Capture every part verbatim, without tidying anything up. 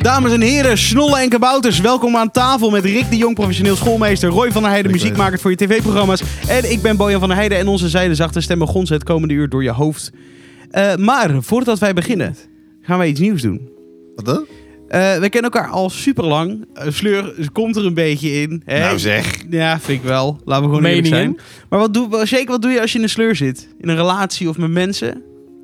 Dames en heren, snollen en kabouters, welkom aan tafel met Rick de Jong, professioneel schoolmeester, Roy van der Heijden, muziekmaker voor je tv-programma's. En ik ben Bojan van der Heijden en onze zijdezachte stemmen gonzen het komende uur door je hoofd. Uh, maar voordat wij beginnen, gaan wij iets nieuws doen. Wat dan? Uh, we kennen elkaar al super lang. Uh, Sleur komt er een beetje in. Hè? Nou zeg. Ja, vind ik wel. Laten we gewoon eerlijk zijn. Maar wat doe, Shake, wat doe je als je in een sleur zit? In een relatie of met mensen?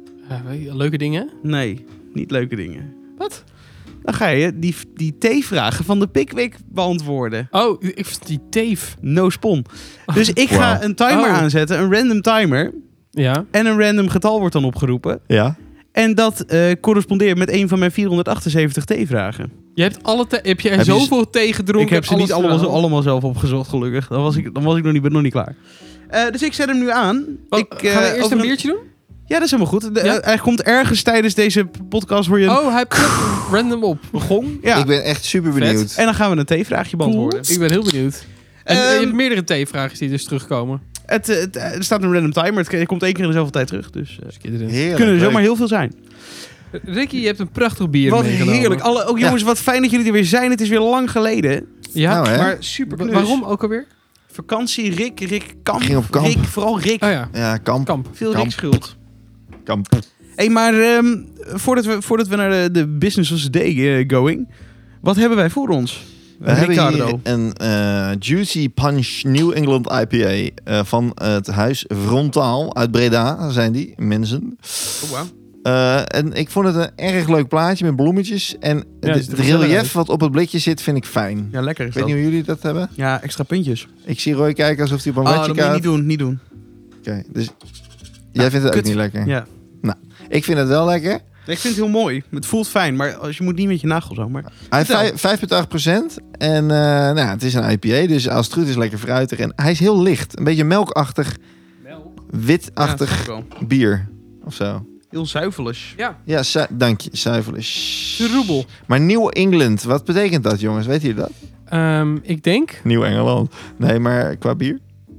Uh, leuke dingen? Nee, niet leuke dingen. Wat? Dan ga je die, die T-vragen van de Pickwick beantwoorden. Oh, ik die teef. No spon. Dus ik ga wow. een timer oh. aanzetten, een random timer. Ja. En een random getal wordt dan opgeroepen. Ja. En dat uh, correspondeert met een van mijn vierhonderdachtenzeventig T-vragen. Je hebt alle te- heb je heb zoveel je... thee gedronken? Ik heb ze niet allemaal, allemaal zelf opgezocht, gelukkig. Dan was ik, dan was ik nog, niet, nog niet klaar. Uh, dus ik zet hem nu aan. Oh, ik, uh, gaan we eerst een biertje doen? Ja, dat is helemaal goed. De, ja? uh, hij komt ergens tijdens deze podcast voor je... Oh, hij plukt random op. Een gong. Ja. Ik ben echt super benieuwd. Vet. En dan gaan we een T-vraagje beantwoorden. Cool. Ik ben heel benoeuwd. En um, je hebt meerdere T-vragen die dus terugkomen. Het, het, het, er staat een random timer. Het, het komt één keer in dezelfde tijd terug. Dus uh, heerlijk, kunnen er zomaar heel veel zijn. Ricky, je hebt een prachtig bier wat meegenomen. Wat heerlijk. Alle, ook jongens, ja. Wat fijn dat jullie er weer zijn. Het is weer lang geleden. Ja, nou, maar super knus. Waarom ook alweer? Vakantie, Rick, Rick, kamp. Ging op kamp. Rick, vooral Rick. Oh ja. Ja, kamp. kamp. Veel kamp. Rick schuld. Kamp. Hé, hey, maar um, voordat, we, voordat we naar de, de business of the day uh, going, wat hebben wij voor ons? We Ricardo. hebben hier een uh, Juicy Punch New England I P A uh, van uh, het huis Frontaal uit Breda, zijn die mensen. Oh, wow. Uh, en ik vond het een erg leuk plaatje met bloemetjes. En ja, het relief wat op het blikje zit, vind ik fijn. Ja, lekker is Ik weet dat. niet hoe jullie dat hebben. Ja, extra puntjes. Ik zie Roy kijken alsof hij op een oh, watje dat moet je kijkt. niet doen, niet doen. Oké, okay, dus jij ja, vindt het kut. Ook niet lekker? Ja. Nou, ik vind het wel lekker. Ik vind het heel mooi. Het voelt fijn, maar als je moet niet met je nagel zo. Maar... Hij heeft vijf komma acht procent en uh, nou, het is een I P A, dus als het goed is lekker fruitig. En hij is heel licht, een beetje melkachtig, Melk. witachtig ja, bier of zo. Heel zuivelig. Ja, ja su- dank je, zuivelig. Roebel. Maar New England, wat betekent dat, jongens? Weet jullie dat? Um, ik denk... Nieuw Engeland. Nee, maar qua bier?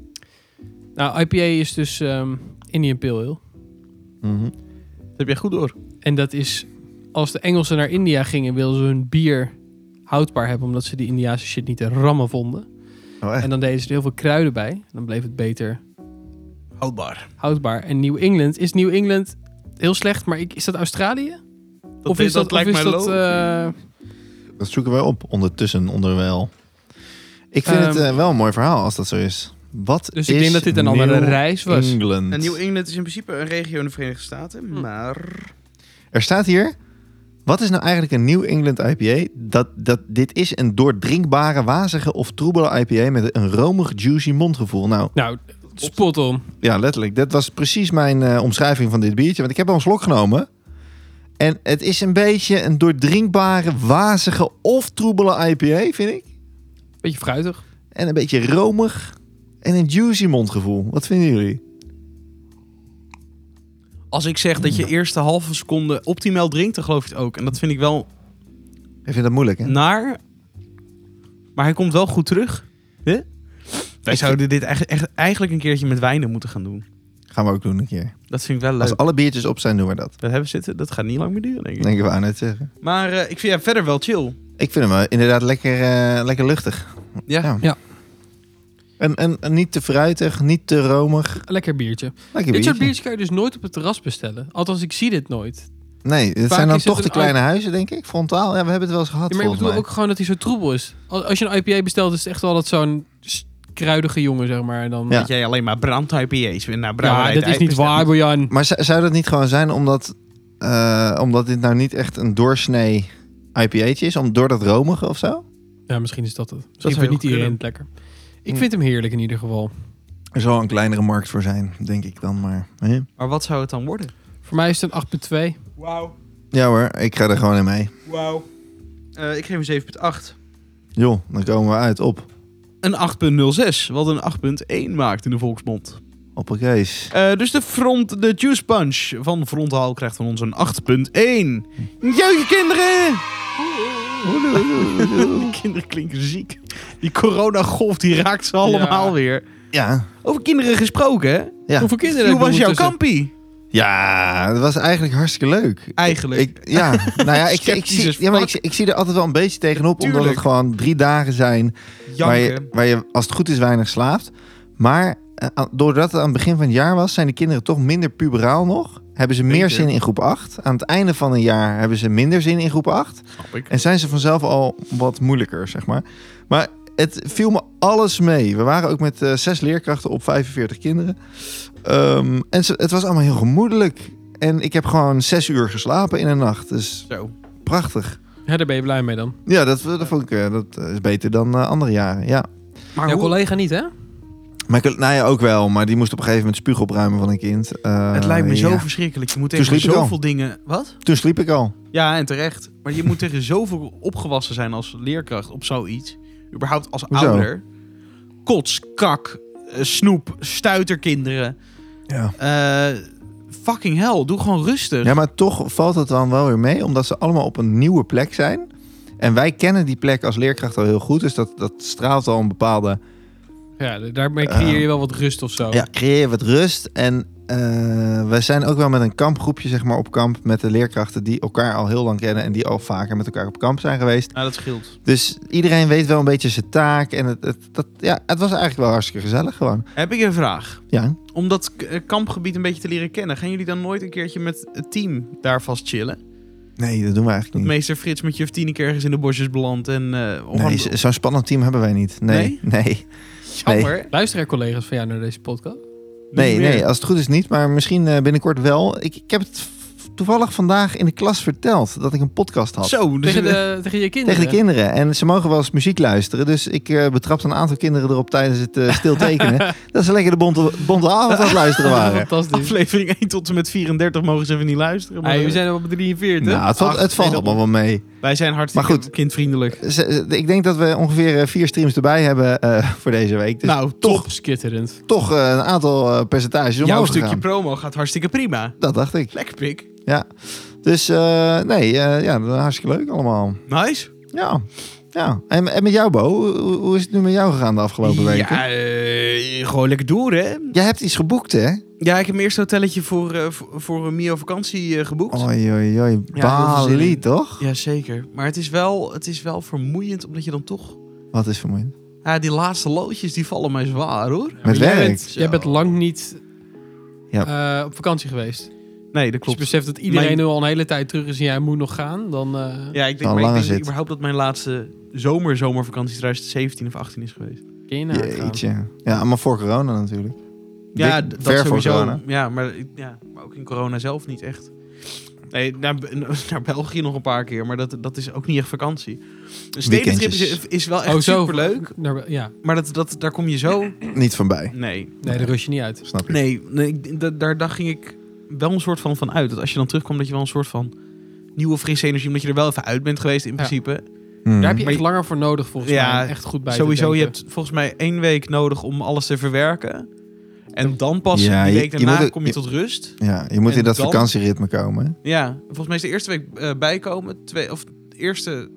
Nou, I P A is dus um, Indian Pale Ale. Mm-hmm. Dat heb jij goed door. En dat is... Als de Engelsen naar India gingen, wilden ze hun bier houdbaar hebben, omdat ze die Indiase shit niet te rammen vonden. Oh, en dan deden ze er heel veel kruiden bij. Dan bleef het beter... Houdbaar. Houdbaar. En New England... Is New England heel slecht, maar ik, is dat Australië? Dat of is dat, dat, of is dat uh... dat zoeken wij op ondertussen, onderwijl. Ik vind um, het uh, wel een mooi verhaal als dat zo is. Wat dus is ik denk dat dit een New andere reis was. England? En New England is in principe een regio in de Verenigde Staten, hm. maar... Er staat hier... Wat is nou eigenlijk een New England I P A? Dat, dat, dit is een doordrinkbare, wazige of troebele I P A met een romig, juicy mondgevoel. Nou, nou spot on. Ja, letterlijk. Dat was precies mijn uh, omschrijving van dit biertje. Want ik heb al een slok genomen. En het is een beetje een doordrinkbare, wazige of troebele I P A, vind ik. Beetje fruitig. En een beetje romig. En een juicy mondgevoel. Wat vinden jullie? Als ik zeg dat je eerste halve seconde optimaal drinkt, dan geloof je het ook. En dat vind ik wel... Ik vind dat moeilijk, hè? Naar. Maar hij komt wel goed terug. Huh? Wij ik zouden dit echt, echt, eigenlijk een keertje met wijnen moeten gaan doen. Gaan we ook doen een keer. Dat vind ik wel leuk. Als alle biertjes op zijn, doen we dat. Dat hebben zitten. Dat gaat niet lang meer duren, denk ik. Denk ik wel aan het zeggen. Maar uh, ik vind ja, verder wel chill. Ik vind hem uh, inderdaad lekker, uh, lekker luchtig. Ja. ja. ja. En, en, en niet te fruitig, niet te romig. Lekker biertje. Lekker dit biertje. soort biertjes kan je dus nooit op het terras bestellen. Althans, ik zie dit nooit. Nee, het zijn dan toch de kleine oud... huizen, denk ik. Frontaal. Ja, we hebben het wel eens gehad, ja, maar ik bedoel mij. ook gewoon dat hij zo troebel is. Als je een I P A bestelt, is het echt wel dat zo'n kruidige jongen, zeg maar. Dan... Ja. Dat jij alleen maar brand-I P A's naar Ja, dat is niet waar, Bojan. Maar z- zou dat niet gewoon zijn omdat, uh, omdat dit nou niet echt een doorsnee I P A'tje is? Om, door dat romige of zo? Ja, misschien is dat het. Misschien vindt niet iedereen het lekker. Ik hm. vind hem heerlijk in ieder geval. Er zal een kleinere markt voor zijn, denk ik dan maar. Hè? Maar wat zou het dan worden? Voor mij is het een acht komma twee. Wauw. Ja hoor, ik ga er gewoon in mee. Wauw. Uh, ik geef een zeven komma acht. Joh, dan komen we uit op... Een acht komma nul zes, wat een acht komma één maakt in de volksmond. Hoppakees. Uh, dus de, front, de Juice Punch van Frontaal krijgt van ons een acht komma één. Jeugd kinderen! De kinderen klinken ziek. Die coronagolf die raakt ze allemaal ja. weer. Ja. Over kinderen gesproken, hè? Ja. Hoeveel kinderen Hoe was jouw kampie? Ja, dat was eigenlijk hartstikke leuk. Eigenlijk. Ik, ja, nou ja, ik, ik, zie, ja maar ik, ik zie er altijd wel een beetje tegenop. Tuurlijk. Omdat het gewoon drie dagen zijn waar je, Janken. waar je, als het goed is, weinig slaapt. Maar uh, doordat het aan het begin van het jaar was, zijn de kinderen toch minder puberaal nog. Hebben ze meer Beter. zin in groep acht. Aan het einde van een jaar hebben ze minder zin in groep acht. Snap ik. En zijn ze vanzelf al wat moeilijker, zeg maar. Maar het viel me alles mee. We waren ook met uh, zes leerkrachten op vijfenveertig kinderen. Um, en ze, het was allemaal heel gemoedelijk. En ik heb gewoon zes uur geslapen in een nacht. Dus Zo. prachtig. Ja, daar ben je blij mee dan. Ja, dat, dat vond ik uh, dat is beter dan uh, andere jaren. Ja. Maar Jouw hoe- collega niet, hè? Maar ik, nou ja, ook wel. Maar die moest op een gegeven moment spuug opruimen van een kind. Uh, het lijkt me zo ja. verschrikkelijk. Je moet Toen tegen sliep ik al. zoveel dingen... Wat? Toen sliep ik al. Ja, en terecht. Maar je moet tegen zoveel opgewassen zijn als leerkracht op zoiets. Überhaupt als Hoezo? ouder. Kots, kak, eh, snoep, stuiterkinderen. Ja. Eh, fucking hell, doe gewoon rustig. Ja, maar toch valt het dan wel weer mee. Omdat ze allemaal op een nieuwe plek zijn. En wij kennen die plek als leerkracht al heel goed. Dus dat, dat straalt al een bepaalde... Ja, daarmee creëer je wel wat rust of zo. Ja, creëer je wat rust. En uh, we zijn ook wel met een kampgroepje zeg maar, op kamp met de leerkrachten die elkaar al heel lang kennen en die al vaker met elkaar op kamp zijn geweest. Nou, dat scheelt. Dus iedereen weet wel een beetje zijn taak. En het, het, dat, ja, het was eigenlijk wel hartstikke gezellig gewoon. Heb ik een vraag. Ja. Om dat k- eh, kampgebied een beetje te leren kennen, gaan jullie dan nooit een keertje met het team daar vast chillen? Nee, dat doen we eigenlijk Dat niet. meester Frits met juf Tineke ergens in de bosjes belandt en... eh, of Nee, aan- zo- zo'n spannend team hebben wij niet. Nee, nee, nee. Jammer. Luisteren er collega's van jou naar deze podcast? Nee, Niet meer. nee, als het goed is niet. Maar misschien uh, binnenkort wel. Ik, ik heb het v- toevallig vandaag in de klas verteld dat ik een podcast had. Zo, dus Tegen, de, tegen je kinderen? Tegen de kinderen. En ze mogen wel eens muziek luisteren. Dus ik uh, betrapte een aantal kinderen erop tijdens het uh, stil tekenen. dat ze lekker de bonte, bonte avond aan het luisteren waren. Fantastisch. aflevering één tot en met vierendertig mogen ze even niet luisteren. Maar Hey, we zijn op drieënveertig. Nou, het valt, Ach, het valt nee, dat- allemaal wel mee. wij zijn hartstikke Maar goed. kindvriendelijk. Ze- ik denk dat we ongeveer uh, vier streams erbij hebben uh, voor deze week. Dus nou, toch, top. Skitterend. toch uh, een aantal uh, percentages Jouw omhoog stukje gegaan. promo gaat hartstikke prima. Dat dacht ik. Lekker pik. Ja. Dus uh, nee, uh, ja, hartstikke leuk allemaal. Nice. Ja. Ja. En, en met jou, Bo? Hoe, hoe is het nu met jou gegaan de afgelopen weken? Ja, eh, gewoon lekker door, hè? Jij hebt iets geboekt, hè? Ja, ik heb mijn eerste hotelletje voor, eh, voor, voor een Mio vakantie eh, geboekt. Oei, oei, oei. Ja, heel veel zin Bali, in. toch? Ja, zeker. Maar het is, wel, het is wel vermoeiend, omdat je dan toch... Wat is vermoeiend? Ja, die laatste loodjes, die vallen mij zwaar, hoor. Met jij werk? Bent, Zo. jij bent lang niet Ja. uh, op vakantie geweest. Nee, dat Als je klopt. beseft dat iedereen Mijn- nu al een hele tijd terug is en jij moet nog gaan, dan... Uh, Ja, ik denk, Wel maar ik lange denk zit. überhaupt dat mijn laatste zomer, zomervakantie twintig zeventien of achttien is geweest. kun je nagaan. Jeetje. Ja, maar voor corona natuurlijk. Ja, Dik- d- dat ver voor sowieso. corona. Ja maar, ja, maar ook in corona zelf niet echt. Nee, naar, naar België nog een paar keer, maar dat, dat is ook niet echt vakantie. Een stedentrip is, Weekendjes. is wel echt Oh, zo. superleuk, Naar- ja, maar dat, dat, daar kom je zo... Niet van bij. Nee, nee, daar rust je niet uit. Snap ik. nee, nee ik- da- daar, daar ging ik wel een soort van van uit. Dat als je dan terugkomt, dat je wel een soort van nieuwe frisse energie, omdat je er wel even uit bent geweest in Ja. principe. Hmm. Daar heb je Maar echt je- langer voor nodig volgens Ja, mij. om Echt goed bij Sowieso, te je denken. hebt volgens mij één week nodig om alles te verwerken. En dan pas Ja, die je- week je daarna moet het- kom je je- tot rust. Ja, je moet En in dat dan- vakantieritme komen. hè? Ja, volgens mij is de eerste week eh, bijkomen. Twee, of de eerste,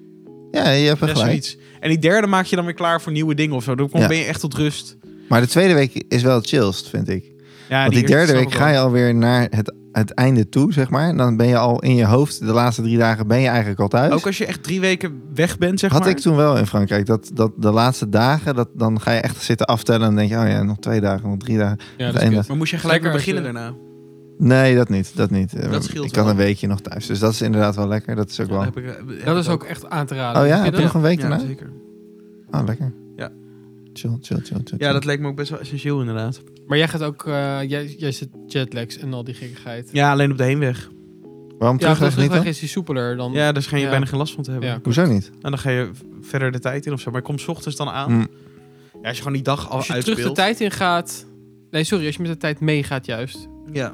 Ja, je hebt er ja, gelijk. zoiets. En die derde maak je dan weer klaar voor nieuwe dingen of zo. Dan kom, Ja. ben je echt tot rust. Maar de tweede week is wel het chillst, vind ik. Ja, Want die eerste derde snap week ik ga wel. je alweer naar het, het einde toe, zeg maar. En dan ben je al in je hoofd, de laatste drie dagen ben je eigenlijk al thuis. Ook als je echt drie weken weg bent, zeg Had maar. ik toen wel in Frankrijk. Dat, dat de laatste dagen, dat, dan ga je echt zitten aftellen. En dan denk je, oh ja, nog twee dagen, nog drie dagen. Ja, nog dat is één kut. Maar moest je gelijk weer Zeker als beginnen je- daarna? Nee, dat niet. Dat niet. Eh, Dat scheelt ik had wel. een weekje nog thuis. Dus dat is inderdaad wel lekker. Dat is ook wel... Heb ik, heb Dat ik is ook echt aan te raden. Oh ja, Vind heb je je nog dat? een week Ja, daarna? zeker. Ah, lekker. Ja. Chill, chill, chill, chill. Ja, dat leek me ook best wel essentieel inderdaad. Maar jij gaat ook... eh, jij, jij zit jetlags en al die gekkigheid. Ja, alleen op de heenweg. Waarom Ja, terug niet dan? is die soepeler dan... Ja, daar schijn je Ja. bijna geen last van te hebben. Ja. Hoezo niet? En dan ga je verder de tijd in of zo. Maar je komt 's ochtends dan aan. Mm. Ja, als je gewoon die dag al Als je uitspeelt. terug de tijd in gaat... Nee, sorry. Als je met de tijd meegaat juist. Ja.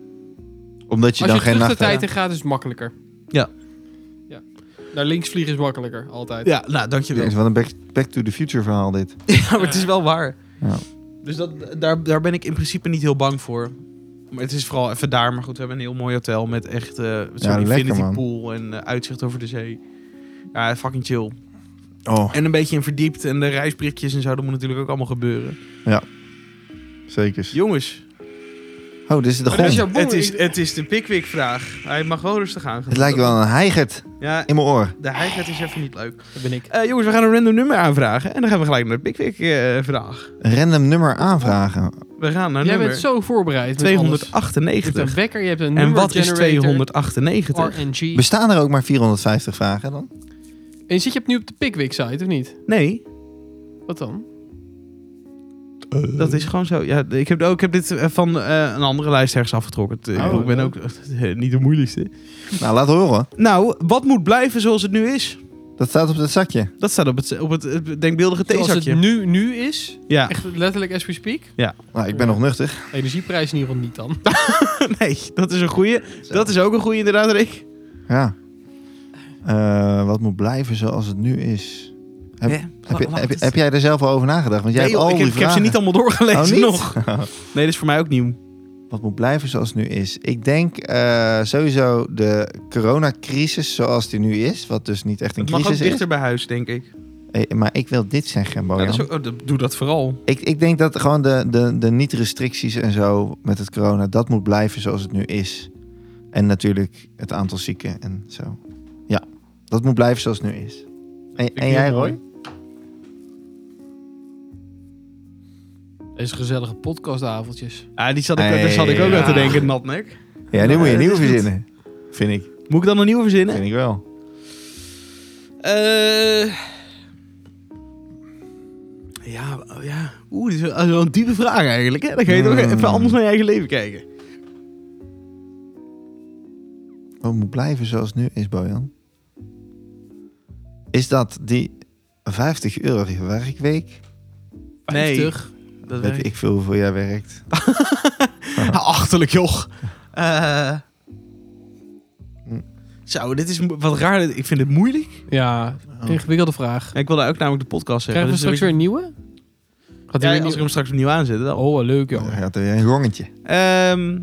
Omdat je Als dan je geen terug de nacht tijd hebt. in gaat, is het makkelijker. Ja. ja. Naar links vliegen is makkelijker, altijd. Ja, nou, dankjewel. Jezus, wat een back, back to the future verhaal dit. Ja, maar het is wel waar. Ja. Dus dat, daar, daar ben ik in principe niet heel bang voor. Maar het is vooral even daar. Maar goed, we hebben een heel mooi hotel met echt eh zo'n Ja, infinity lekker, man. pool en eh, uitzicht over de zee. Ja, fucking chill. Oh, En een beetje in verdiept en de reisprikjes en zo, dat moet natuurlijk ook allemaal gebeuren. zeker. Jongens, Oh, dit is de Oh, dat is gong. jouw Het is, Ik- het is de Pickwick-vraag. Hij mag wel rustig aan. Het lijkt wel een heigert Ja, in mijn oor. de heigheid is even niet leuk. Dat ben ik. Eh, jongens, we gaan een random nummer aanvragen. En dan gaan we gelijk naar de Pickwick-vraag. Een random nummer aanvragen. we gaan naar Jij nummer bent zo voorbereid met alles. tweehonderdachtennegentig. Je hebt een wekker, je hebt een En number wat is generator, tweehonderdachtennegentig? R N G. Bestaan er ook maar vierhonderdvijftig vragen dan? En zit je nu op de Pickwick-site, of niet? Nee, Wat dan? dat is gewoon zo. Ja, ik, heb, ook, ik heb dit eh, van eh, een andere lijst ergens afgetrokken. Het, eh, Oh, ik ben leuk. ook eh, niet de moeilijkste. Nou, laat horen. Nou, wat moet blijven zoals het nu is? Dat staat op het zakje. Dat staat op het, op het, het denkbeeldige Zoals het theezakje. nu, nu is, Ja, echt letterlijk as we speak. Nou, ik ben nog nuchter. Energieprijs in ieder geval niet dan. nee, dat is een goeie. Dat is ook een goeie inderdaad, Rick. Ja. Eh, wat moet blijven zoals het nu is? Heb, Ja, heb, je- wacht, heb, je- het- heb jij er zelf al over nagedacht? Want jij Nee, hebt joh, al ik, die heb, ik heb ze vragen. niet allemaal doorgelezen Oh, niet? nog. Nee, dat is voor mij ook nieuw. Wat moet blijven zoals het nu is? Ik denk eh, sowieso de coronacrisis zoals die nu is. Wat dus niet echt een Het mag ook crisis is. dichter bij huis, denk ik. Eh, maar ik wil dit zeggen, Ja, Bojan. dat is ook, oh, dat- doe dat vooral. ik, ik denk dat gewoon de, de, de niet-restricties en zo met het corona... dat moet blijven zoals het nu is. En natuurlijk het aantal zieken en zo. Ja, dat moet blijven zoals het nu is. En, Vind ik en jij, heel Roy? mooi. Deze gezellige podcastavondjes. Ah, die zat ik, Hey, daar zat ik ook aan te ja. denken, natnek. Ja, nu moet je een Eh, nieuwe dat is goed. verzinnen. Vind ik. Moet ik dan een nieuwe verzinnen? Vind ik wel. Eh ja, oh ja. Oeh, dit is wel wel een diepe vraag eigenlijk. Hè? Dan ga je toch Hmm. even anders naar je eigen leven kijken. Wat moet blijven zoals het nu is, Bojan? Is dat die vijftig euro werkweek? Nee. vijftig. Dat Weet weet ik. ik veel hoeveel jij werkt. Achterlijk, joh. Eh Hm. Zo, dit is mo- wat raar. Ik vind het moeilijk. Ja, Oh. ingewikkelde vraag. Ik wilde ook namelijk de podcast zeggen. Krijgen we dus straks weer een nieuwe? Gaat Ja, er weer als ik hem straks opnieuw aanzet, dan. Oh, leuk Dan joh. gaat er weer een rongetje. Ehm,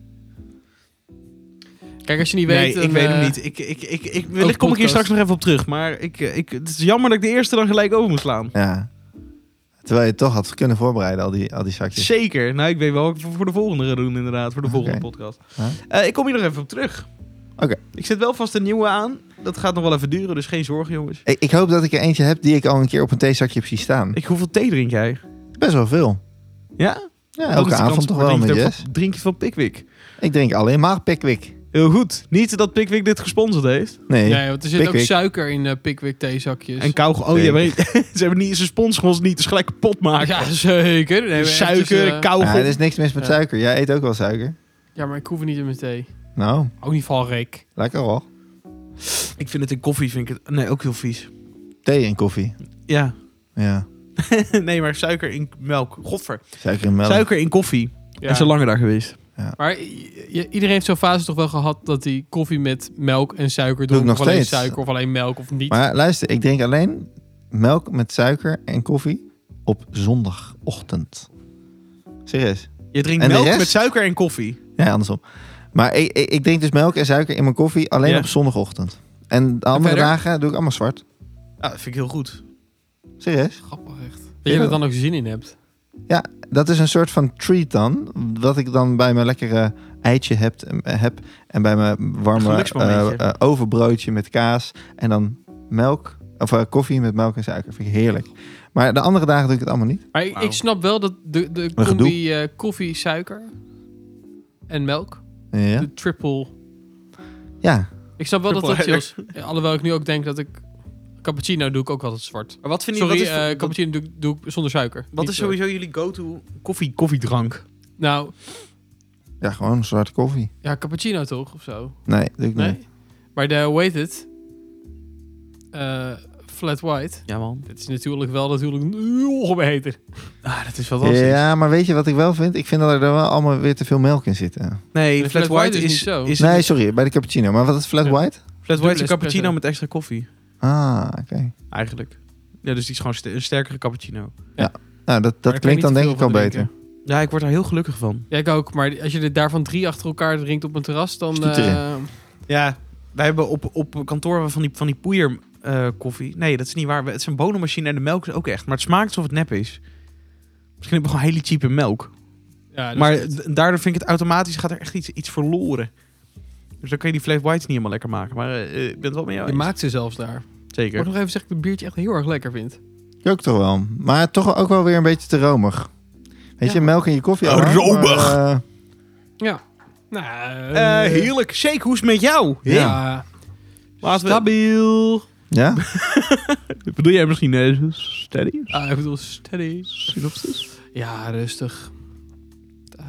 Kijk, als je niet nee, weet... ik dan, weet hem eh, niet. Ik, ik, ik, ik, wellicht kom ik hier podcast. straks nog even op terug. Maar ik, ik, het is jammer dat ik de eerste dan gelijk over moest slaan. Ja. Terwijl je het toch had kunnen voorbereiden, al die, al die zakjes. Zeker. Nou, ik weet wel wat ik voor voor de volgende ga doen, inderdaad. Voor de Oké. volgende podcast. Ja. Eh, ik kom hier nog even op terug. Oké. Ik zet wel vast een nieuwe aan. Dat gaat nog wel even duren, dus geen zorgen, jongens. Ik, ik hoop dat ik er eentje heb die ik al een keer op een theezakje heb zien staan. Ik, hoeveel thee drink jij? Best wel veel. Ja? Ja, Dan is elke de kans avond toch voor wel drink met je Jess. van- Drink je van Pickwick? Ik drink alleen maar Pickwick. Heel goed. Niet dat Pickwick dit gesponsord heeft. Nee, Nee, want er zit Pickwick. ook suiker in uh, Pickwick theezakjes. En kou... Oh, ja, maar ze hebben niet... Ze sponsoren ons niet, dus gelijk kapot maken. Ja, zeker. Nee, maar echt, Suiker, dus, eh, kauwgom. ja, er is niks mis met Ja. suiker. Jij eet ook wel suiker. Ja, maar ik hoef het niet in mijn thee. Nou, Ook niet van Rick. lekker hoor. Ik vind het in koffie vind ik het... Nee, ook heel vies. Thee en koffie. Ja. Ja, nee, maar suiker in melk. Godver. suiker en melk. Suiker in koffie. Ja. En zo langer daar geweest. Maar i- i- iedereen heeft zo'n fase toch wel gehad dat hij koffie met melk en suiker Doe doet. ik nog Of alleen steeds. suiker of alleen melk of niet. Maar luister, ik drink alleen melk met suiker en koffie op zondagochtend. Serieus? Je drinkt En de melk rest? met suiker en koffie. Ja, andersom. Maar ik, ik, ik drink dus melk en suiker in mijn koffie alleen Ja. op zondagochtend. En de andere verder? dagen doe ik allemaal zwart. Ah, dat vind ik heel goed. Serieus? Grappig echt. Dat je er dan ook zin in hebt. Dat is een soort van treat dan. Wat ik dan bij mijn lekkere eitje heb, heb en bij mijn warme Geluksmomentje. eh, eh, overbroodje met kaas. En dan melk, of eh, koffie met melk en suiker. Vind ik heerlijk. Maar de andere dagen doe ik het allemaal niet. Maar ik, Wauw. ik snap wel dat de, de Een combi eh, koffie, suiker en melk. Ja. De triple. Ja. Ik snap wel dat dat Triple chills. Ja, alhoewel ik nu ook denk dat ik... Cappuccino doe ik ook altijd zwart. Maar wat vind je... Sorry, wat is, eh, wat, cappuccino doe, ik- doe ik zonder suiker. wat Niet is zo. sowieso jullie go-to koffie, koffiedrank? Nou, Ja, gewoon zwarte koffie. ja, cappuccino toch? Of zo? Nee, doe ik Nee? niet. Maar de, hoe heet het? Eh, flat white. Ja, man. Dit is natuurlijk wel natuurlijk nog beter. Ah, dat is fantastisch. Ja, maar weet je wat ik wel vind? Ik vind dat er wel allemaal weer te veel melk in zit. Nee, De flat, flat white white is is... niet zo. is Nee, sorry, bij de cappuccino. Maar wat is flat Ja. white? flat white is een espresso. cappuccino met extra koffie. Ah, oké. Eigenlijk. Ja, dus die is gewoon st- een sterkere cappuccino. Nou, dat, dat kan klinkt niet dan te denk veel ik al van beter. drinken. Ja, ik word daar heel gelukkig van. Ja, ik ook. Maar als je er daarvan drie achter elkaar drinkt op een terras, dan... Stoet erin. eh, Ja, wij hebben op, op kantoor van die, van die poeier eh, koffie. Nee, dat is niet waar. Het is een bonenmachine en de melk is ook echt. Maar het smaakt alsof het nep is. Misschien hebben we gewoon hele cheape melk. Ja, dus Maar het- d- daardoor vind ik het automatisch, gaat er echt iets, iets verloren. Dus dan kan je die flat whites niet helemaal lekker maken. Maar uh, ik ben het wel met jou je eens. maakt ze zelfs daar. Ik Zeker. moet nog even zeggen dat ik het biertje echt heel erg lekker vind. Ik ook toch wel. Maar toch ook wel weer een beetje te romig. Weet Ja. je, melk in je koffie. Oh, allemaal, romig. maar, uh, Ja. Nou, Uh, heerlijk. Shake, hoe is het met jou? Ja. Laten we- Stabiel. ja? Bedoel jij misschien uh, steady? Ah, ik bedoel steady. Synopsis? Ja, rustig. Uh,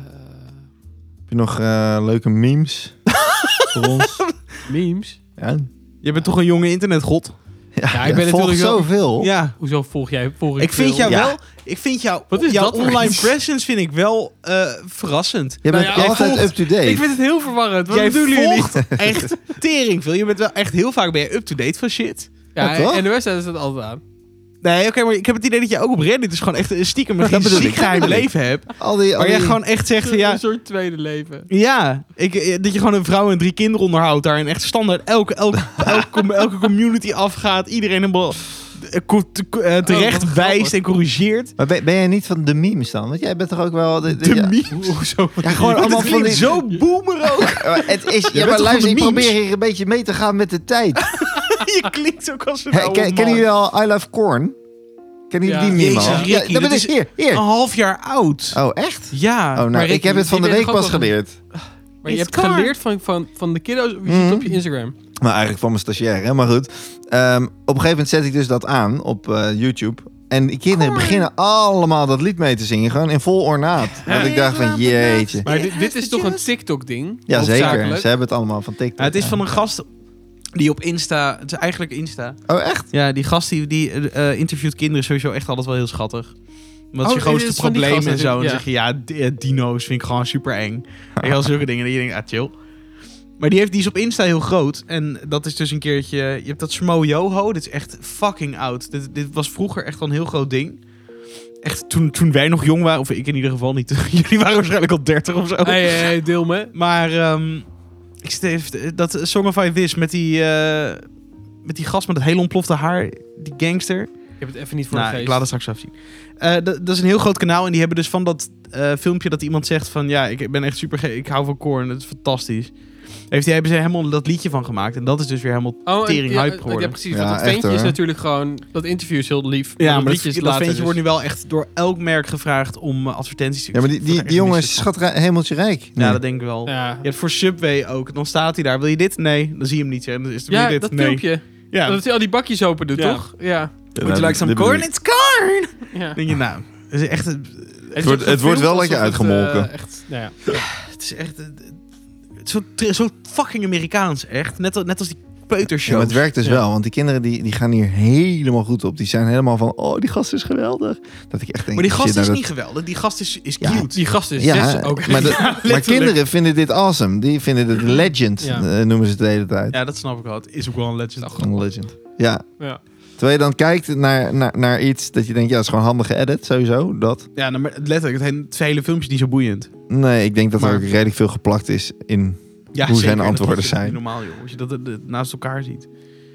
Heb je nog uh, leuke memes voor ons? memes. Ja, Je bent toch een jonge internetgod? Ja, ik ben volg natuurlijk wel- zoveel. Ja. Hoezo volg jij? Volg Ik vind veel? jou Ja. wel... Ik vind jou... Wat is jouw dat voor online iets? presence vind ik wel uh, verrassend. Je bent Nou ja, altijd volgt- up-to-date. Ik vind het heel verwarrend. Wat Jij bedoelen jullie? volgt echt tering veel. Je bent wel echt heel vaak ben je up-to-date van shit. Ja, Ja, toch? en de wedstrijd is het altijd aan. Nee, oké, maar ik heb het idee dat jij ook op Reddit dus gewoon echt een stiekem een Dat bedoel ziek ik. geheim leven hebt. Al die, al Waar jij die- gewoon echt zegt van ja... Een soort tweede leven. Ja, ik, eh, dat je gewoon een vrouw en drie kinderen onderhoudt daar en echt standaard elke, elke, elke, com- elke community afgaat. Iedereen helemaal eh, co- te- eh, terecht grappig. wijst en corrigeert. Maar ben, ben jij niet van de memes dan? Want jij bent toch ook wel... De, De ja. memes. Hoezo? Ja, gewoon allemaal van die... Zo boomer ook. Maar het is, ja, bent maar toch luister, van ik de memes? probeer hier een beetje mee te gaan met de tijd. Je klinkt ook als een Hey, oude ken, man. kennen jullie al I Love Corn? Kennen jullie Ja. die meme Jezus, al? Ricky, Ja, dat dat is is- hier, hier. Een half jaar oud. Oh, echt? Ja. Oh, nou, maar ik Ricky, heb het van de die week ben ik pas ook wel- geleerd. Maar je It's hebt car. geleerd van, van, van de kiddo's of je ziet Mhm. het op je Instagram? Maar eigenlijk van mijn stagiair, hè? Maar goed. Ehm, op een gegeven moment zet ik dus dat aan op eh, YouTube. En die kinderen Corn. beginnen allemaal dat lied mee te zingen. Gewoon in vol ornaat. Dat ik dacht van, jeetje. Maar dit, dit is toch een TikTok-ding? Ja, zeker. Hoofdzakelijk. Ze hebben het allemaal van TikTok. Ja, het is ja. van een gast die op Insta... Het is eigenlijk Insta. Oh, echt? Ja, die gast die, die eh, interviewt kinderen sowieso echt altijd wel heel schattig. Wat is Oh, je grootste dit is van die probleem gast en zo. En dan natuurlijk, zeg je, ja, d- eh, dino's vind ik gewoon super eng. En al zulke dingen. Dat je denkt, ah, chill. Maar die, heeft, die is op Insta heel groot. En dat is dus een keertje... Je hebt dat Smo Yoho. Dit is echt fucking oud. Dit, dit was vroeger echt wel een heel groot ding. Echt toen, toen wij nog jong waren. Of ik in ieder geval niet. Jullie waren waarschijnlijk al dertig of zo. Hey, hey, hey, deel me. Maar ehm, ik zit even, dat Song of I This met die, eh, met die gast met het hele ontplofte haar. Die gangster. Ik heb het even niet voor Nou, de ik geest. laat het straks even zien. Eh, dat, dat is een heel groot kanaal. En die hebben dus van dat eh, filmpje dat iemand zegt van... Ja, ik ben echt super... ge- Ik hou van Korn. Het is fantastisch. Heeft hij, hebben ze helemaal dat liedje van gemaakt. En dat is dus weer helemaal Oh, en- tering ja, hype ja, geworden. precies. Ja, want dat echt, ventje is hoor. natuurlijk gewoon... Dat interview is heel lief. Ja, dat maar liedje dat, is dat later ventje dus. wordt nu wel echt door elk merk gevraagd om eh, advertenties te Ja, maar die, die, die jongen is schat hemeltje rijk. Ja, dat denk ik wel. Ja, Je hebt voor Subway ook. Dan staat hij daar. Wil je dit? Nee. Dan zie je hem niet. Hè. Dan is het ja weer dit. dat nee. filmpje. Ja. Dat hij al die bakjes open doet, Ja. toch? Ja. Would you like some corn? It's corn! ja. Dan denk je, nou... Het is echt... een- Het, wordt- het wordt wel lekker uitgemolken. echt, nou ja. Het is echt... eh, Zo, zo fucking Amerikaans, echt. Net, als- net als die peutershows. Ja, maar het werkt dus Ja. wel, want die kinderen die, die gaan hier helemaal goed op. Die zijn helemaal van, oh, die gast is geweldig. Dat ik echt denk, Maar die gast shit, is nou, niet geweldig. Die gast is, is Ja, cute. Die gast is dat- Ja, zes ook. maar, de- Ja, maar letterlijk. kinderen vinden dit awesome. Die vinden het legend, Ja. eh, noemen ze het de hele tijd. Ja, dat snap ik wel. Het is ook wel een legend. Een legend. Ja, Ja. terwijl je dan kijkt naar, naar, naar iets dat je denkt, ja, dat is gewoon handig geëdit, sowieso, dat. Ja, nou, maar letterlijk. Het hele, het hele filmpje is niet zo boeiend. Nee, ik denk dat Maar- er ook redelijk veel geplakt is in... Ja, Hoe zijn zeker. de antwoorden Dat is zijn. niet normaal, joh. Als je dat, dat naast elkaar ziet.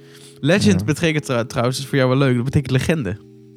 Legend Ja. betekent trouw- trouwens, dat is voor jou wel leuk. Dat betekent legende.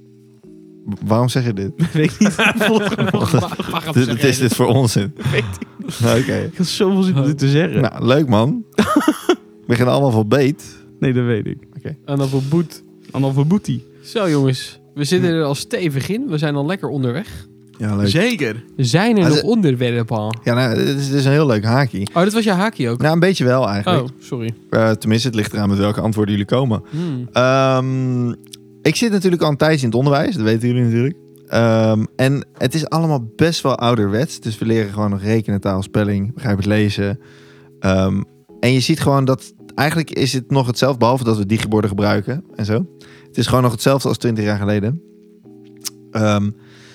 Waarom zeg je dit? Weet ik niet. Volg hem nog. Mag even Dit- zeggen, Wat is dit voor onzin? Weet Oké. Ik had zoveel zin om dit te zeggen. Nou, leuk man. We beginnen allemaal vol beet. Nee, dat weet ik. En dan voor Boet. Analfabuti. Zo jongens, we zitten er al stevig in. We zijn al lekker onderweg. Ja, leuk. Zeker. Zijn er Ah, nog ze- onderwerpen? Ja, nou, dit is, dit is een heel leuk haakje. Oh, dat was je haakje ook. Nou, een beetje wel eigenlijk. Oh, sorry. Eh, tenminste, het ligt eraan met welke antwoorden jullie komen. Hmm. Ehm, ik zit natuurlijk al een tijdje in het onderwijs, dat weten jullie natuurlijk. Ehm, en het is allemaal best wel ouderwets. Dus we leren gewoon nog rekenen, taal, spelling, begrijpelijk lezen. Ehm, en je ziet gewoon dat eigenlijk is het nog hetzelfde, behalve dat we digiborden gebruiken en zo. Het is gewoon nog hetzelfde als twintig jaar geleden. Ehm,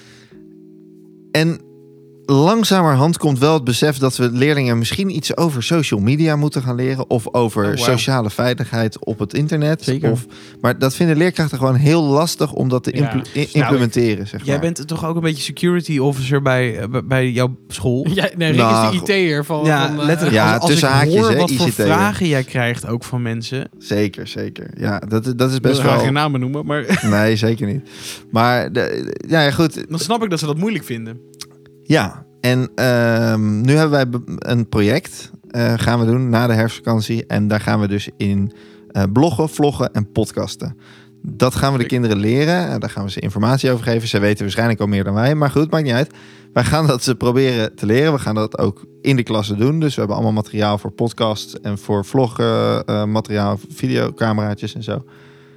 en langzamerhand komt wel het besef dat we leerlingen misschien iets over social media moeten gaan leren. Of over Oh, wow. sociale veiligheid op het internet. Zeker. Of, maar dat vinden leerkrachten gewoon heel lastig om dat te Ja. impl- i- implementeren. zeg maar. Jij bent toch ook een beetje security officer bij, eh, bij- bij jouw school? Ja, nee, Rick Nou, is de I T'er van... Ja, van, eh, letterlijk. Ja, als, als tussen ik haakjes, hoor hè, wat voor I C T'er. vragen jij krijgt ook van mensen. Zeker, zeker. Ja, dat, dat is Ik best wil wel... geen namen noemen, maar Nee, zeker niet. Maar de, ja, ja, goed. dan snap ik dat ze dat moeilijk vinden. Ja, En um, nu hebben wij be- een project uh, gaan we doen na de herfstvakantie. En daar gaan we dus in uh, bloggen, vloggen en podcasten. Dat gaan we de kinderen leren. En daar gaan we ze informatie over geven. Ze weten waarschijnlijk al meer dan wij. Maar goed, maakt niet uit. Wij gaan dat ze proberen te leren. We gaan dat ook in de klasse doen. Dus we hebben allemaal materiaal voor podcasts en voor vloggen, uh, materiaal, videocameraatjes en zo.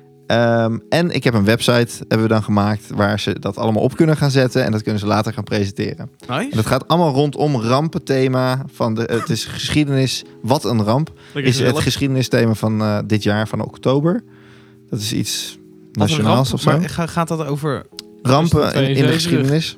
Um, en ik heb een website, hebben we dan gemaakt, waar ze dat allemaal op kunnen gaan zetten. En dat kunnen ze later gaan presenteren. Nice. En dat gaat allemaal rondom rampenthema. Van de, het is geschiedenis. Wat een ramp. Lekker Is het gezellig. geschiedenisthema van uh, dit jaar, van oktober. Dat is iets Wat een nationaals ramp, of zo. Maar ga- gaat dat over Rampen in, in de tweeënzeventig. geschiedenis.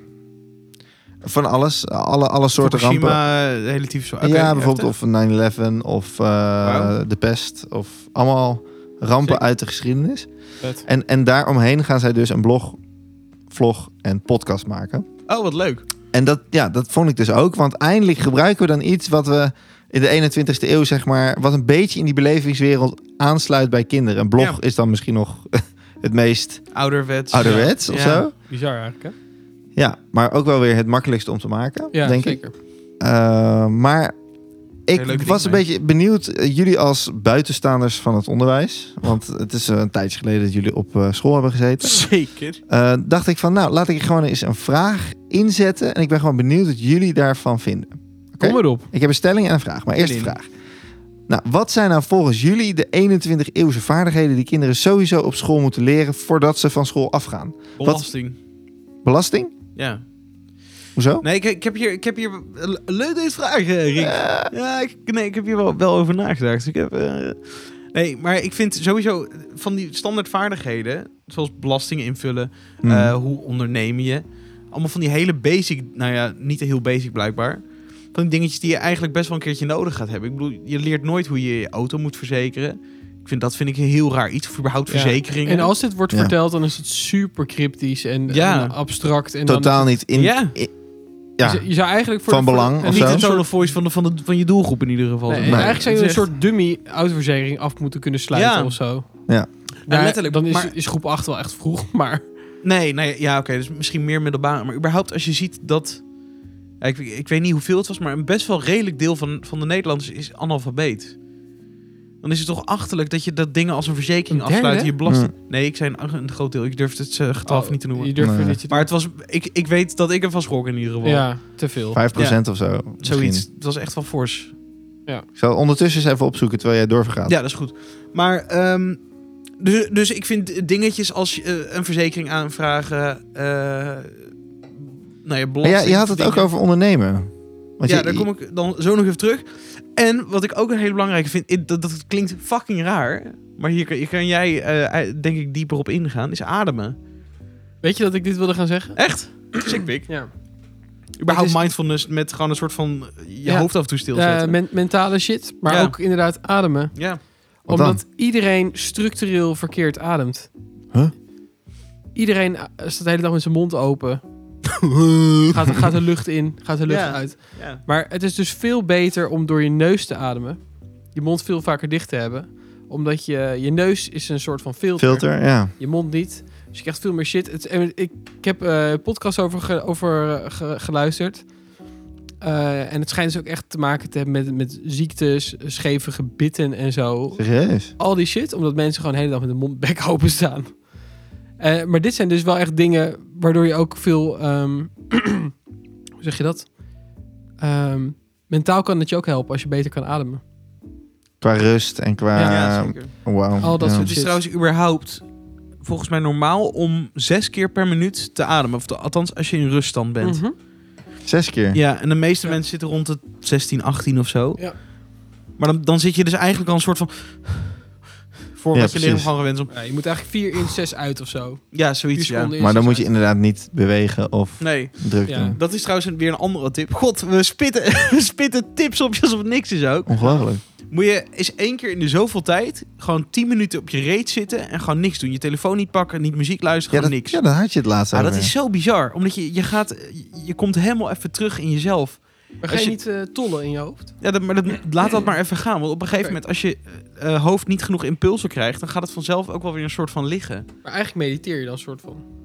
Van alles. Alle, alle soorten rampen. Fukushima, de hele type zo. Oké, ja, bijvoorbeeld heftig. of nine eleven of uh, Wauw. de pest. Of allemaal rampen Zeker. uit de geschiedenis. Vet. En, en daaromheen gaan zij dus een blog, vlog en podcast maken. Oh, wat leuk. En dat, ja, dat vond ik dus ook. Want eindelijk gebruiken we dan iets wat we in de eenentwintigste eeuw, zeg maar, wat een beetje in die belevingswereld aansluit bij kinderen. Een blog Ja. is dan misschien nog het meest Ouderwets. ouderwets of Ja. zo. Bizar eigenlijk, hè? Ja, maar ook wel weer het makkelijkste om te maken, Ja, denk zeker. ik. Uh, maar Heel ik leuke was een dingen beetje benieuwd, uh, jullie als buitenstaanders van het onderwijs, want het is uh, een tijdje geleden dat jullie op uh, school hebben gezeten. Zeker. Uh, dacht ik van, nou, laat ik gewoon eens een vraag inzetten. En ik ben gewoon benieuwd wat jullie daarvan vinden. Oké? Kom erop. Ik heb een stelling en een vraag. Maar eerst de Erin. vraag. Nou, wat zijn nou volgens jullie de eenentwintig eeuwse vaardigheden die kinderen sowieso op school moeten leren voordat ze van school afgaan? Belasting. Belasting? Ja. Hoezo? Nee, ik, ik heb hier, ik heb hier een leuke vraag, eh, Rick. Ja, ik, nee, ik heb hier wel, wel over nagedacht. Dus ik heb, eh, nee, maar ik vind sowieso van die standaard vaardigheden, zoals belasting invullen, Hmm. eh, hoe onderneem je, allemaal van die hele basic, nou ja, niet heel basic blijkbaar, van die dingetjes die je eigenlijk best wel een keertje nodig gaat hebben. Ik bedoel, je leert nooit hoe je je auto moet verzekeren. Ik vind, dat vind ik een heel raar iets, of überhaupt Ja. verzekeringen. En als dit wordt Ja. verteld, dan is het super cryptisch en, Ja. en abstract. En Totaal dan niet in... Ja. in- Je, ja. zou- je zou eigenlijk voor Van de, voor- belang en of niet zo? Niet een de soort, tone of voice van, de, van, de, van je doelgroep in ieder geval. nee, zeg maar. eigenlijk zou je Het een is echt- soort dummy autoverzekering af moeten kunnen sluiten Ja. of zo. Ja. Daar- letterlijk, Dan is, maar- is groep acht wel echt vroeg, maar... Nee, nee, ja, oké, dus misschien meer middelbaar. Maar überhaupt als je ziet dat... Ja, ik, ik weet niet hoeveel het was, maar een best wel redelijk deel van, van de Nederlanders is analfabeet. Dan is het toch achterlijk dat je dat dingen als een verzekering Een derde? afsluit. Je belasting... Mm. Nee, ik zei een, een groot deel. Ik durf het uh, getal Oh, niet te noemen. Je durft Nee. niet te Maar het was... Ik, ik weet dat ik ervan schrok in ieder geval. Ja, te veel. vijf procent of zo. misschien. Zoiets. Het was echt wel fors. Ik zal ondertussen eens even opzoeken terwijl jij doorvergaat. Ja, dat is goed. Maar, ehm, dus, dus ik vind dingetjes als uh, een verzekering aanvragen... uh, nou ja, Maar belasting... ja, je had het ook dingen. over ondernemen. Want Ja, je- daar kom ik dan zo nog even terug. En wat ik ook een hele belangrijke vind, i- dat, dat klinkt fucking raar, maar hier kan, hier kan jij uh, denk ik dieper op ingaan, is ademen. Weet je dat ik dit wilde gaan zeggen? Echt? Sickpik. Ja. Überhaupt Het is- mindfulness met gewoon een soort van je Ja. hoofd af en toe stilzetten. Uh, men- mentale shit, maar Ja. ook inderdaad ademen. ja. Wat dan? Omdat iedereen structureel verkeerd ademt. Huh? Iedereen uh, staat de hele dag met zijn mond open. gaat, gaat de lucht in, gaat de lucht Ja. uit. ja. Maar het is dus veel beter om door je neus te ademen. Je mond veel vaker dicht te hebben. Omdat je, je neus is een soort van filter. Filter, ja. Je mond niet. Dus je krijgt veel meer shit. Het, en ik, ik heb uh, podcasts over, ge, over uh, ge, geluisterd. Uh, en het schijnt dus ook echt te maken te hebben met, met ziektes, scheve gebitten en zo. Serieus? Al die shit, omdat mensen gewoon de hele dag met de mond bek open staan. Uh, maar dit zijn dus wel echt dingen waardoor je ook veel... Um, hoe zeg je dat? Um, mentaal kan het je ook helpen als je beter kan ademen. Qua rust en qua... Ja, ja, zeker. Wauw. Al dat ja. soort Het is shit. trouwens überhaupt volgens mij normaal om zes keer per minuut te ademen. Of de, althans als je in ruststand bent. Mm-hmm. Zes keer? Ja, en de meeste Ja. mensen zitten rond de zestien, achttien of zo. Ja. Maar dan, dan zit je dus eigenlijk al een soort van... Voor Ja, wat je lichaam precies. gewoon gewend is om... Ja, je moet eigenlijk vier in, zes uit of zo. Ja, zoiets, Vier ja. seconden in, Maar dan zes moet je uit. inderdaad niet bewegen of Nee, druk Ja. doen. dat is trouwens een- weer een andere tip. God, we spitten, we spitten tips op je alsof het niks is ook. Ongelooflijk. Moet je eens één keer in de zoveel tijd gewoon tien minuten op je reet zitten en gewoon niks doen. Je telefoon niet pakken, niet muziek luisteren, Ja, gewoon dat, niks. ja, dat had je het laatst Ja, dat over. is zo bizar. Omdat je, je gaat, je komt helemaal even terug in jezelf. Maar ga Als je, je- niet uh, tollen in je hoofd? Ja, dat, maar dat, laat dat maar even gaan. Want op een gegeven Oké. moment, als je uh, hoofd niet genoeg impulsen krijgt, dan gaat het vanzelf ook wel weer een soort van liggen. Maar eigenlijk mediteer je dan een soort van.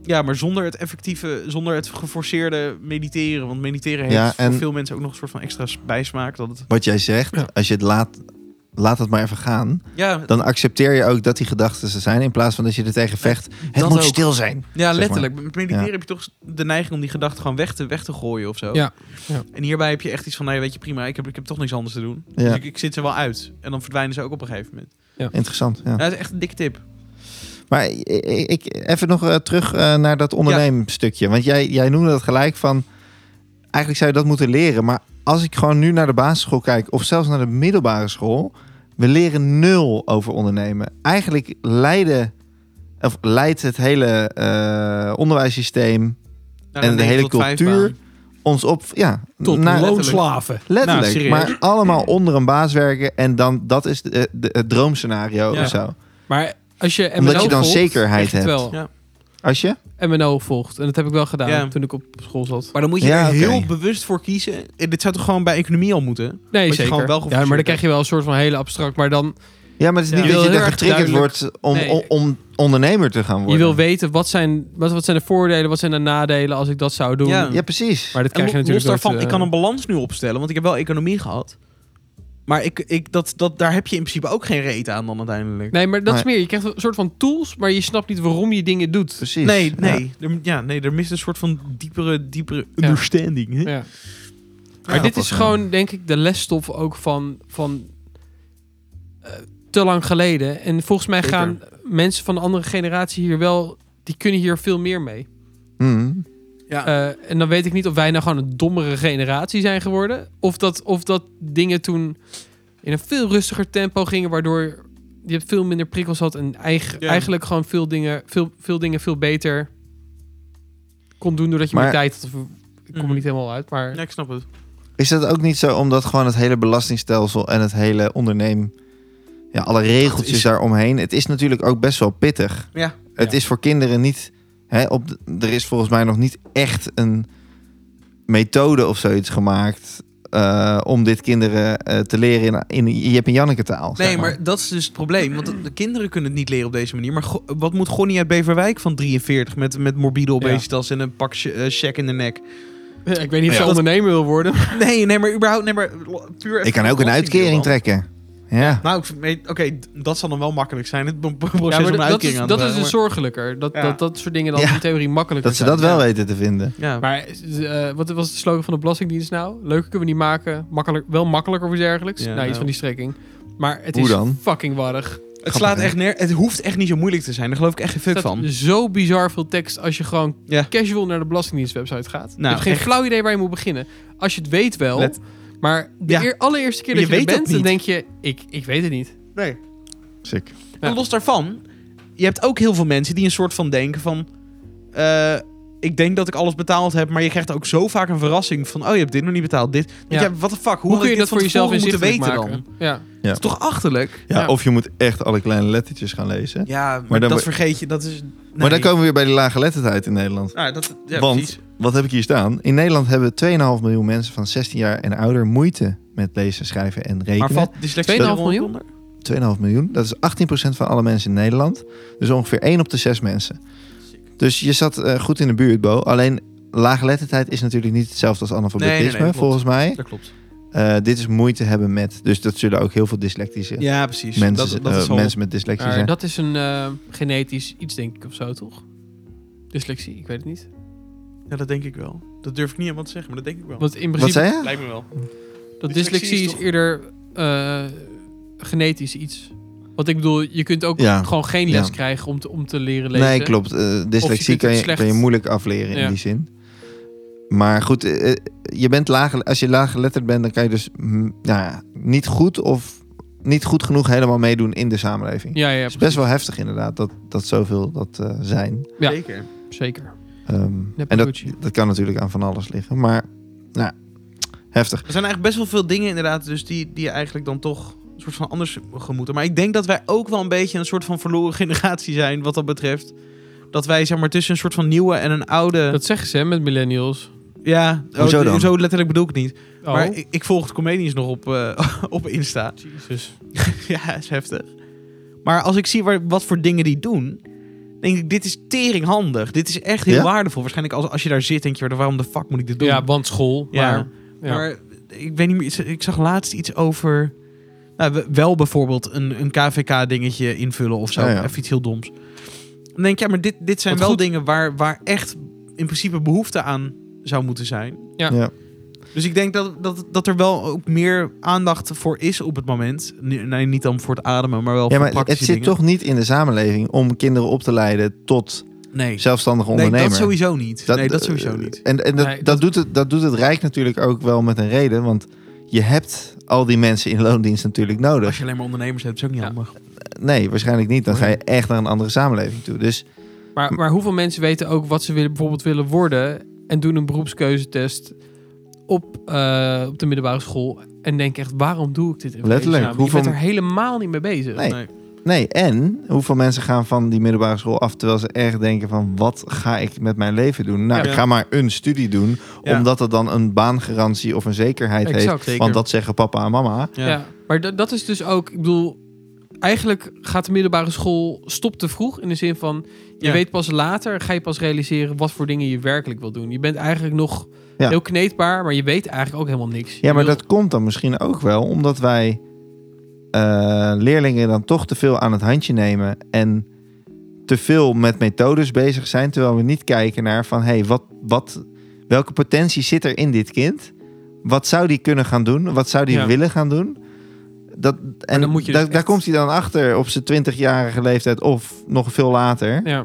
Ja, maar zonder het effectieve, zonder het geforceerde mediteren. Want mediteren heeft Ja, en- voor veel mensen ook nog een soort van extra bijsmaak. Dat het... Wat jij zegt, Ja. als je het laat, laat het maar even gaan. Ja, Dan accepteer je ook dat die gedachten er zijn. In plaats van dat je er tegen vecht. Het dat moet ook. stil zijn. ja zeg letterlijk. Met mediteren Ja. heb je toch de neiging om die gedachten gewoon weg te, weg te gooien of zo. Ja. Ja. En hierbij heb je echt iets van, nou ja, weet je, prima. Ik heb, ik heb toch niks anders te doen. Ja. Dus ik, ik zit ze wel uit. En dan verdwijnen ze ook op een gegeven moment. Interessant. Ja. Ja, dat is echt een dikke tip. Maar ik, ik, even nog uh, terug uh, naar dat onderneemstukje. Want jij, jij noemde dat gelijk van... Eigenlijk zou je dat moeten leren. Maar als ik gewoon nu naar de basisschool kijk... of zelfs naar de middelbare school... we leren nul over ondernemen. Eigenlijk leiden, of leidt het hele uh, onderwijssysteem... Nou, En een de negen hele tot vijf cultuur- baan. ons op... Ja, Tot naar- loonslaven. letterlijk. Nou, serieus. maar allemaal onder een baas werken... en dan dat is de, de, het droomscenario Ja. of zo. Maar als je M N O Omdat je dan volgt, zekerheid krijg je het hebt. wel. Ja. Als je... M N O volgt. En dat heb ik wel gedaan Ja. toen ik op school zat. Maar dan moet je Ja, er heel oké. bewust voor kiezen. Eh, Dit zou toch gewoon bij economie al moeten? Nee, je zeker. gewoon wel Ja, maar geforceerd dan krijg je wel een soort van hele abstract. Maar dan, Ja, maar het is Ja. niet Je dat je wil er heel erg getriggerd duidelijk- wordt om, Nee. om, om ondernemer te gaan worden. je wil weten, wat zijn, wat, wat zijn de voordelen, wat zijn de nadelen als ik dat zou doen. Ja. Ja, precies. Maar dat En krijg je lo- natuurlijk los daarvan, nooit, ik kan eh, een balans nu opstellen. Want ik heb wel economie gehad. Maar ik, ik, dat, dat, daar heb je in principe ook geen reet aan dan uiteindelijk. Nee, maar dat is Maar- meer. Je krijgt een soort van tools, maar je snapt niet waarom je dingen doet. Precies. Nee, Ja. nee. Er, ja, nee, er mist een soort van diepere, diepere understanding. Hè? Ja. Maar Ja, dit is grappig, ja. gewoon, denk ik, de lesstof ook van, van eh, te lang geleden. En volgens mij Zeker. gaan mensen van de andere generatie hier wel... Die kunnen hier veel meer mee. Mhm. Ja. Eh, en dan weet ik niet of wij nou gewoon een dommere generatie zijn geworden. Of dat, of dat dingen toen in een veel rustiger tempo gingen, waardoor je veel minder prikkels had en eigen, Ja. eigenlijk gewoon veel dingen, veel, veel dingen veel beter kon doen doordat je Maar- meer tijd had. Of- Ik kom er Mhm. niet helemaal uit, maar... Ja, ik snap het. Is dat ook niet zo omdat gewoon het hele belastingstelsel en het hele onderneem... Ja, alle regeltjes Dat is- daaromheen. Het is natuurlijk ook best wel pittig. Ja. Het Ja. is voor kinderen niet... Hè, op de- er is volgens mij nog niet echt een methode of zoiets gemaakt... eh, om dit kinderen eh, te leren in, in Jip en Janneke taal. zeg Nee, maar dat is dus het probleem. Want de, de kinderen kunnen het niet leren op deze manier. Maar go- wat moet Gonnie uit Beverwijk van drieënveertig... met, met morbide obesitas en een pak sh- eh, check in de nek? Ja, ik weet niet of Ja. ze ondernemer wil worden. Nee, nee, maar überhaupt... Nee, maar puur Ik kan ook een uitkering trekken. Ja. Nou, ik vind- weet- oké, d- dat zal dan wel makkelijk zijn. Het b- b- proces Ja, maar om een dat, dat uitkering is, aan dat te is vragen, dus maar- zorgelijker. Dat, Ja. dat dat soort dingen dan Ja. in theorie makkelijker Dat ze zijn. dat wel ja. weten te vinden. Ja. Maar eh, wat was de slogan van de Belastingdienst nou? Leuker kunnen we niet maken. Makkelijk, wel makkelijker of iets dergelijks. Ja, nou, iets nou. van die strekking. Maar het Hoe is dan? fucking warrig. Het slaat hè? echt neer. Het hoeft echt niet zo moeilijk te zijn. Daar geloof ik echt geen Er fuck staat van. zo bizar veel tekst als je gewoon Ja. casual naar de Belastingdienst website gaat. je Nou, hebt geen echt. flauw idee waar je moet beginnen. Als je het weet wel. Let- Maar de Ja. eer- allereerste keer Je dat je, er weet dat bent, dan niet. denk je... Ik, ik weet het niet. Nee. Sick. Ja. En los daarvan, je hebt ook heel veel mensen die een soort van denken van... eh, ik denk dat ik alles betaald heb, maar je krijgt ook zo vaak een verrassing van... oh, je hebt dit nog niet betaald, dit. Ja. Ja, what the fuck, hoe, Hoe had kun je ik dat dit voor jezelf moeten inzichtelijk weten maken? dan? Ja. Dat is toch achterlijk? Ja, Ja. Of je moet echt alle kleine lettertjes gaan lezen. Ja, maar, Maar dan dat be- vergeet je, dat is... Maar dan komen we weer bij de lage letterdheid in Nederland. Nou, dat, ja, Want, precies. wat heb ik hier staan? In Nederland hebben twee komma vijf miljoen mensen van zestien jaar en ouder moeite met lezen, schrijven en rekenen. Maar valt dyslexie twee komma vijf er miljoen? onder? twee komma vijf miljoen. Dat is achttien procent van alle mensen in Nederland. Dus ongeveer één op de zes mensen. Dus je zat eh, goed in de buurt, Bo. Alleen laaggeletterdheid is natuurlijk niet hetzelfde als analfabetisme, Nee, nee, nee, dat klopt. volgens mij. Dat klopt. Eh, dit is moeite hebben met. Dus dat zullen ook heel veel dyslectische Ja, precies. mensen, dat, dat eh, is al... mensen met dyslexie Maar zijn. dat is een eh, genetisch iets, denk ik, of zo, toch? Dyslexie, ik weet het niet. Ja, dat denk ik wel. Dat durf ik niet helemaal te zeggen, maar dat denk ik wel. Want in Wat principe, zei je? Lijkt me wel. dat Dyslexie dyslexie is is toch- eerder eh, genetisch iets. Want ik bedoel, je kunt ook Ja. gewoon geen les Ja. krijgen om te, om te leren lezen. Nee, klopt. Eh, dyslexie kunt kan het je, slecht- kan je moeilijk afleren in Ja. die zin. Maar goed, eh, je bent laag, als je laaggeletterd bent, dan kan je dus mm, nou ja, niet goed of niet goed genoeg helemaal meedoen in de samenleving. Ja, ja, Het is best wel heftig inderdaad dat, dat zoveel dat eh, zijn. Ja. Zeker. zeker. Ehm, Neppe en dat, Gucci. dat kan natuurlijk aan van alles liggen. Maar nou, heftig. Er zijn eigenlijk best wel veel dingen inderdaad, dus die, die je eigenlijk dan toch een soort van anders gemoeten. Maar ik denk dat wij ook wel een beetje een soort van verloren generatie zijn wat dat betreft. Dat wij zeg maar tussen een soort van nieuwe en een oude... Dat zeggen ze hè, met millennials. Ja, Hoezo oh, dan? zo letterlijk bedoel ik het niet. Oh. Maar ik, ik volg de comedians nog op, eh, op Insta. Jezus. Ja, is heftig. Maar als ik zie waar, wat voor dingen die doen... denk ik, dit is teringhandig. Dit is echt heel Ja? waardevol. Waarschijnlijk als, als je daar zit, denk je, waarom de fuck moet ik dit doen? Ja, want school. Ja. Maar, ja. Maar ik weet niet meer, iets- ik zag laatst iets over... Nou, we- wel bijvoorbeeld een, een K V K-dingetje invullen of zo. Ja, ja. Even iets heel doms. Dan denk ik, ja, maar dit, dit zijn Wat wel goed. dingen waar, waar echt in principe behoefte aan zou moeten zijn. Ja. Ja. Dus ik denk dat, dat, dat er wel ook meer aandacht voor is op het moment. Nee, nee, niet dan voor het ademen, maar wel Ja, voor maar het praktische zit dingen. toch niet in de samenleving om kinderen op te leiden tot Nee, zelfstandige nee ondernemer. dat sowieso niet. nee, dat sowieso niet. En, en dat, Nee, dat, dat- doet het, dat doet het Rijk natuurlijk ook wel met een reden. Want je hebt al die mensen in loondienst natuurlijk Als nodig. je alleen maar ondernemers hebt, is ook niet Ja. handig. Nee, waarschijnlijk niet. Dan ga je echt naar een andere samenleving toe. Dus Maar, maar hoeveel mensen weten ook wat ze willen, bijvoorbeeld willen worden en doen een beroepskeuzetest op, eh, op de middelbare school en denken echt, waarom doe ik dit? in Letterlijk, vredesnaam? Je hoeveel- bent er helemaal niet mee bezig. Nee. Nee. nee, en hoeveel mensen gaan van die middelbare school af terwijl ze echt denken van wat ga ik met mijn leven doen? Nou, Ja. ik ga maar een studie doen, Ja. omdat het dan een baangarantie of een zekerheid heeft. Exact. Zeker. Want dat zeggen papa en mama. Ja. Ja. Maar dat, dat is dus ook, ik bedoel, eigenlijk gaat de middelbare school stop te vroeg in de zin van, je Ja. weet pas later, ga je pas realiseren wat voor dingen je werkelijk wil doen. Je bent eigenlijk nog Ja. heel kneedbaar, maar je weet eigenlijk ook helemaal niks. Ja, Je maar wil- dat komt dan misschien ook wel omdat wij eh, leerlingen dan toch te veel aan het handje nemen en te veel met methodes bezig zijn, terwijl we niet kijken naar van hey, wat, wat, welke potentie zit er in dit kind? Wat zou die kunnen gaan doen? Wat zou die Ja. willen gaan doen? Dat, en dan moet je dus daar, daar echt- komt hij dan achter op zijn twintigjarige leeftijd of nog veel later. Ja.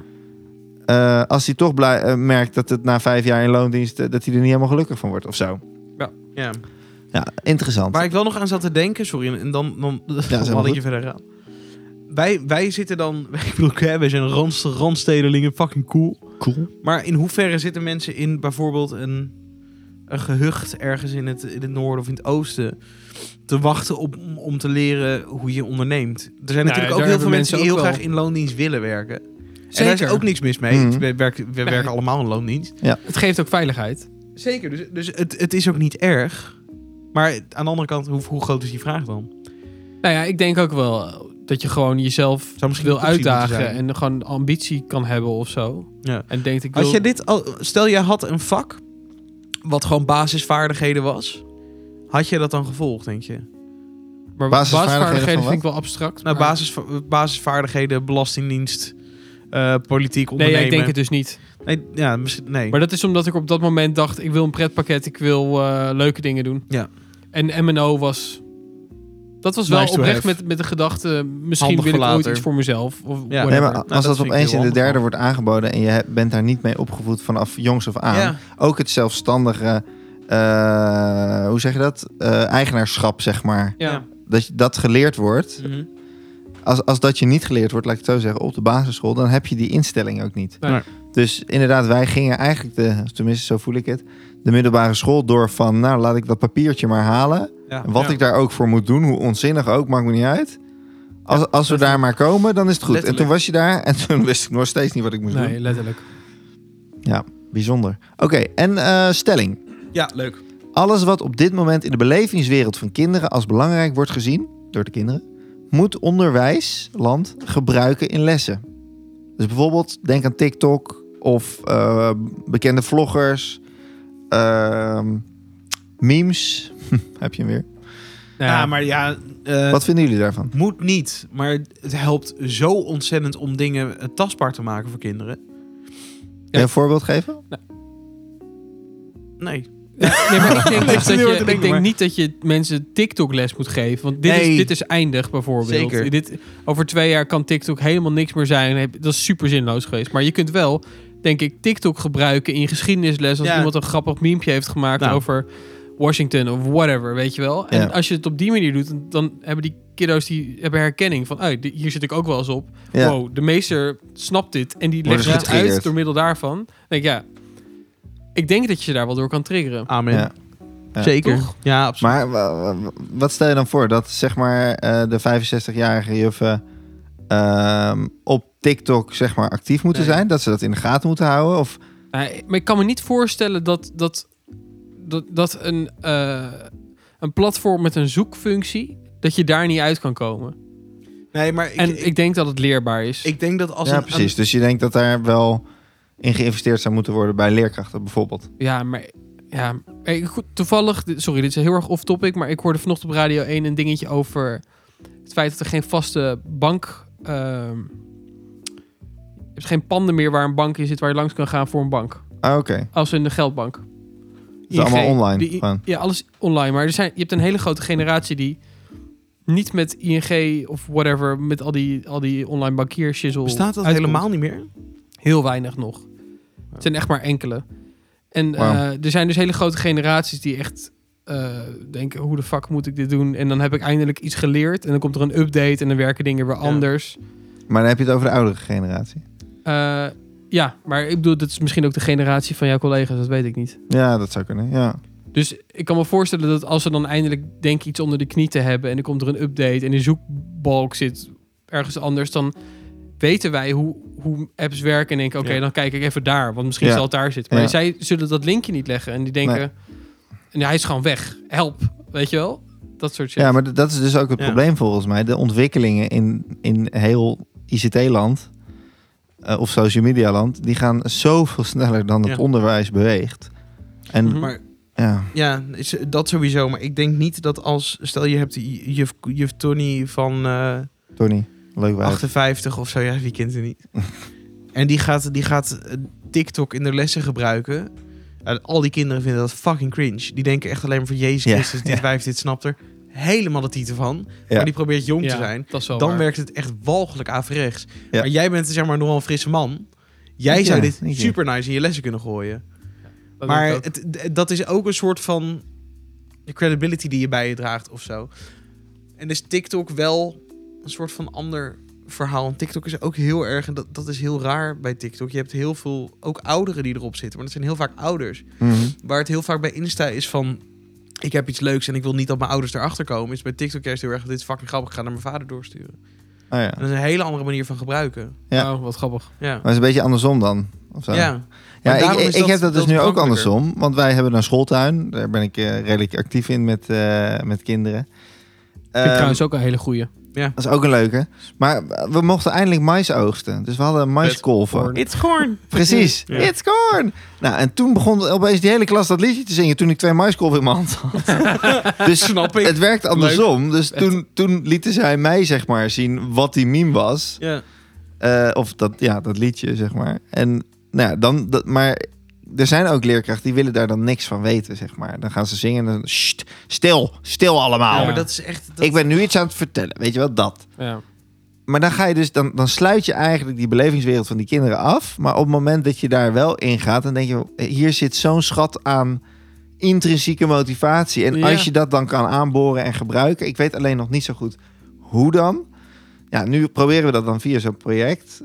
Eh, als hij toch blij, eh, merkt dat het na vijf jaar in loondienst, eh, dat hij er niet helemaal gelukkig van wordt of zo. Ja. Ja, interessant. Waar ik wel nog aan zat te denken, sorry, en dan, dan zeg ja, maar had ik goed. je verder gaan. Wij, wij zitten dan, ik bedoel, hè, wij zijn randst, randstedelingen, fucking cool. Cool. Maar in hoeverre zitten mensen in bijvoorbeeld een, een gehucht ergens in het, in het noorden of in het oosten te wachten op, om, om te leren hoe je onderneemt? Er zijn Nou, natuurlijk daar ook heel veel hebben mensen die heel mensen ook graag in loondienst willen werken. En Zeker. daar is ook niks mis mee. Mhm. We, werken, we Nee. werken allemaal in loondienst. Het geeft ook veiligheid. Zeker, dus, dus het, het is ook niet erg. Maar aan de andere kant, hoe, hoe groot is die vraag dan? Nou ja, ik denk ook wel dat je gewoon jezelf Zou misschien wil een optie moeten uitdagen zijn. en gewoon ambitie kan hebben of zo. Ja. En denkt, ik wil... Als je dit al, stel je had een vak wat gewoon basisvaardigheden was, had je dat dan gevolgd, denk je? maar basisvaardigheden basisvaardigheden van vind ik wel abstract. Nou, maar- basis, basisvaardigheden, belastingdienst, eh, politiek Nee, ondernemen. ja, ik denk het dus niet. Nee, ja, misschien- nee. Maar dat is omdat ik op dat moment dacht, ik wil een pretpakket, ik wil eh, leuke dingen doen. Ja. En M en O was... Dat was wel Nice to oprecht have. met, met de gedachte, misschien Handig wil ik voor ooit later. iets voor mezelf. Of Ja. whatever. Nee, maar Nou, als dat dat vind ik opeens heel in de handig derde van. wordt aangeboden en je hebt- bent daar niet mee opgevoed vanaf jongs af aan. ja. Ook het zelfstandige, eh, hoe zeg je dat? Eh, eigenaarschap, zeg maar. Ja. Ja. Dat je- dat geleerd wordt. Mhm. Als, als dat je niet geleerd wordt, laat ik het zo zeggen, op de basisschool, dan heb je die instelling ook niet. Nee. Dus inderdaad, wij gingen eigenlijk, de, tenminste zo voel ik het, de middelbare school door van, nou laat ik dat papiertje maar halen. Ja. En wat Ja. ik daar ook voor moet doen, hoe onzinnig ook, maakt me niet uit. Als, als we daar maar komen, dan is het goed. Letterlijk. En toen was je daar en toen wist ik nog steeds niet wat ik moest Nee, doen. letterlijk. Bijzonder. Oké, en eh, stelling. Ja, leuk. Alles wat op dit moment in de belevingswereld van kinderen als belangrijk wordt gezien, door de kinderen, moet onderwijsland gebruiken in lessen. Dus bijvoorbeeld, denk aan TikTok of eh, bekende vloggers, ehm, memes. Heb je hem weer? Nou Ja, ja, maar ja, eh, Wat vinden jullie daarvan? moet niet. Maar het helpt zo ontzettend om dingen eh, tastbaar te maken voor kinderen. Kun je een voorbeeld geven? Nee. Nee, maar ik denk, Ik dus zit dat nu je, aan te ik denken, denk maar- niet dat je mensen TikTok-les moet geven. Want dit, Nee. is, dit is eindig bijvoorbeeld. Zeker. Dit, over twee jaar kan TikTok helemaal niks meer zijn. Heb- Dat is super zinloos geweest. Maar je kunt wel, denk ik, TikTok gebruiken in je geschiedenisles. Als Ja. iemand een grappig meme heeft gemaakt Nou. over Washington of whatever, weet je wel. En Ja. als je het op die manier doet, dan hebben die kiddo's die hebben herkenning van, oh, di- hier zit ik ook wel eens op. Ja. Wow, de meester snapt dit en die Worden legt ze het uit getriggerd. door middel daarvan. Dan denk ik, ja, ik denk dat je je daar wel door kan triggeren. Amen. Ja. Ja. Zeker. Toch? Ja, absoluut. Maar wa- wa- wat stel je dan voor? Dat zeg maar eh, de vijfenzestigjarige juffen ehm, op TikTok zeg maar actief moeten Nee. zijn? Dat ze dat in de gaten moeten houden? Of Nee, maar ik kan me niet voorstellen dat, dat, dat, dat een, eh, een platform met een zoekfunctie, dat je daar niet uit kan komen. Nee, maar ik, en ik, ik denk dat het leerbaar is. ik denk dat als Ja, een, precies. een- Dus je denkt dat daar wel in geïnvesteerd zou moeten worden bij leerkrachten bijvoorbeeld. Ja, maar... Ja, ik, goed, toevallig... Sorry, dit is heel erg off-topic, maar ik hoorde vanochtend op Radio één een dingetje over het feit dat er geen vaste bank... ehm je hebt geen panden meer waar een bank in zit waar je langs kan gaan voor een bank. Ah, oké. Okay. Als in de geldbank. Het is allemaal online. Die, gewoon. ja, alles online. Maar er zijn, je hebt een hele grote generatie die niet met I N G of whatever, met al die, al die online bankiershizzle bestaat dat uitkomt. helemaal niet meer? Heel weinig nog. Het zijn echt maar enkele. En Wow. uh, er zijn dus hele grote generaties die echt uh, denken, hoe de fuck moet ik dit doen? En dan heb ik eindelijk iets geleerd en dan komt er een update en dan werken dingen weer Ja. anders. Maar dan heb je het over de oudere generatie. Uh, ja, maar ik bedoel, dat is misschien ook de generatie van jouw collega's, dat weet ik niet. Ja, dat zou kunnen, ja. Dus ik kan me voorstellen dat als ze dan eindelijk denk iets onder de knie te hebben en er komt er een update en de zoekbalk zit ergens anders, dan weten wij hoe, hoe apps werken en denken, oké, okay, Ja. dan kijk ik even daar, want misschien Ja. zal het daar zitten. Maar Ja. zij zullen dat linkje niet leggen en die denken, Nee. en hij is gewoon weg, help, weet je wel? Dat soort shit. Ja, maar d- dat is dus ook het Ja. probleem volgens mij. De ontwikkelingen in, in heel I C T-land uh, of social media-land, die gaan zoveel sneller dan het Ja. onderwijs beweegt. En Mhm. Maar ja, ja, is, dat sowieso. Maar ik denk niet dat als... Stel, je hebt die juf, juf Tony van uh, Tony, leuk wijf. achtenvijftig of zo. Ja, wie kent het niet? En die gaat, die gaat uh, TikTok in de lessen gebruiken. Uh, al die kinderen vinden dat fucking cringe. Die denken echt alleen maar van... Jezus Ja, Christus, dit ja. wijf, dit snapt er helemaal de titel van. Ja. Maar die probeert jong Ja, te zijn. dat is wel Dan waar. werkt het echt walgelijk averechts. Ja. Maar jij bent zeg maar nogal een frisse man. Jij Ja, zou dit denk je. super nice in je lessen kunnen gooien. Dat maar denk ik ook. het, d- dat is ook een soort van de credibility die je bij je draagt of zo. En is TikTok wel een soort van ander verhaal. En TikTok is ook heel erg, en dat, dat is heel raar bij TikTok. Je hebt heel veel, ook ouderen die erop zitten. Maar dat zijn heel vaak ouders. Mhm. Waar het heel vaak bij Insta is van... Ik heb iets leuks en ik wil niet dat mijn ouders erachter komen. Is bij TikTok juist heel erg... Dit is fucking grappig, ik ga naar mijn vader doorsturen. Oh ja. En dat is een hele andere manier van gebruiken. Ja. Oh, wat grappig. Ja. Maar het is een beetje andersom dan. Of zo. Ja. Ja, Maar ik, daarom ik, is ik dat- heb dat dus dat nu ook toegankelijker. andersom. Want wij hebben een schooltuin. Daar ben ik uh, redelijk actief in met, uh, met kinderen. Vind ik Ehm, trouwens ook een hele goeie. Ja. Dat is ook een leuke. Maar we mochten eindelijk mais oogsten. Dus we hadden maiskolven. It's corn. Precies. Ja. It's corn. Nou, en toen begon opeens die hele klas dat liedje te zingen toen ik twee maiskolven in mijn hand had. Dus Snap ik. het werkt andersom. Dus toen, toen lieten zij mij, zeg maar, zien wat die meme was. Ja. Uh, of dat, ja, dat liedje, zeg maar. En nou ja, dan... Dat, maar er zijn ook leerkrachten die willen daar dan niks van weten, zeg maar. Dan gaan ze zingen en dan... Sst, stil, stil allemaal. Ja, maar dat is echt... Dat... Ik ben nu iets aan het vertellen. Weet je wel, dat. Ja. Maar dan ga je dus... Dan, dan sluit je eigenlijk die belevingswereld van die kinderen af. Maar op het moment dat je daar wel in gaat... dan denk je, hier zit zo'n schat aan intrinsieke motivatie. En Ja. als je dat dan kan aanboren en gebruiken... Ik weet alleen nog niet zo goed hoe dan. Ja, nu proberen we dat dan via zo'n project.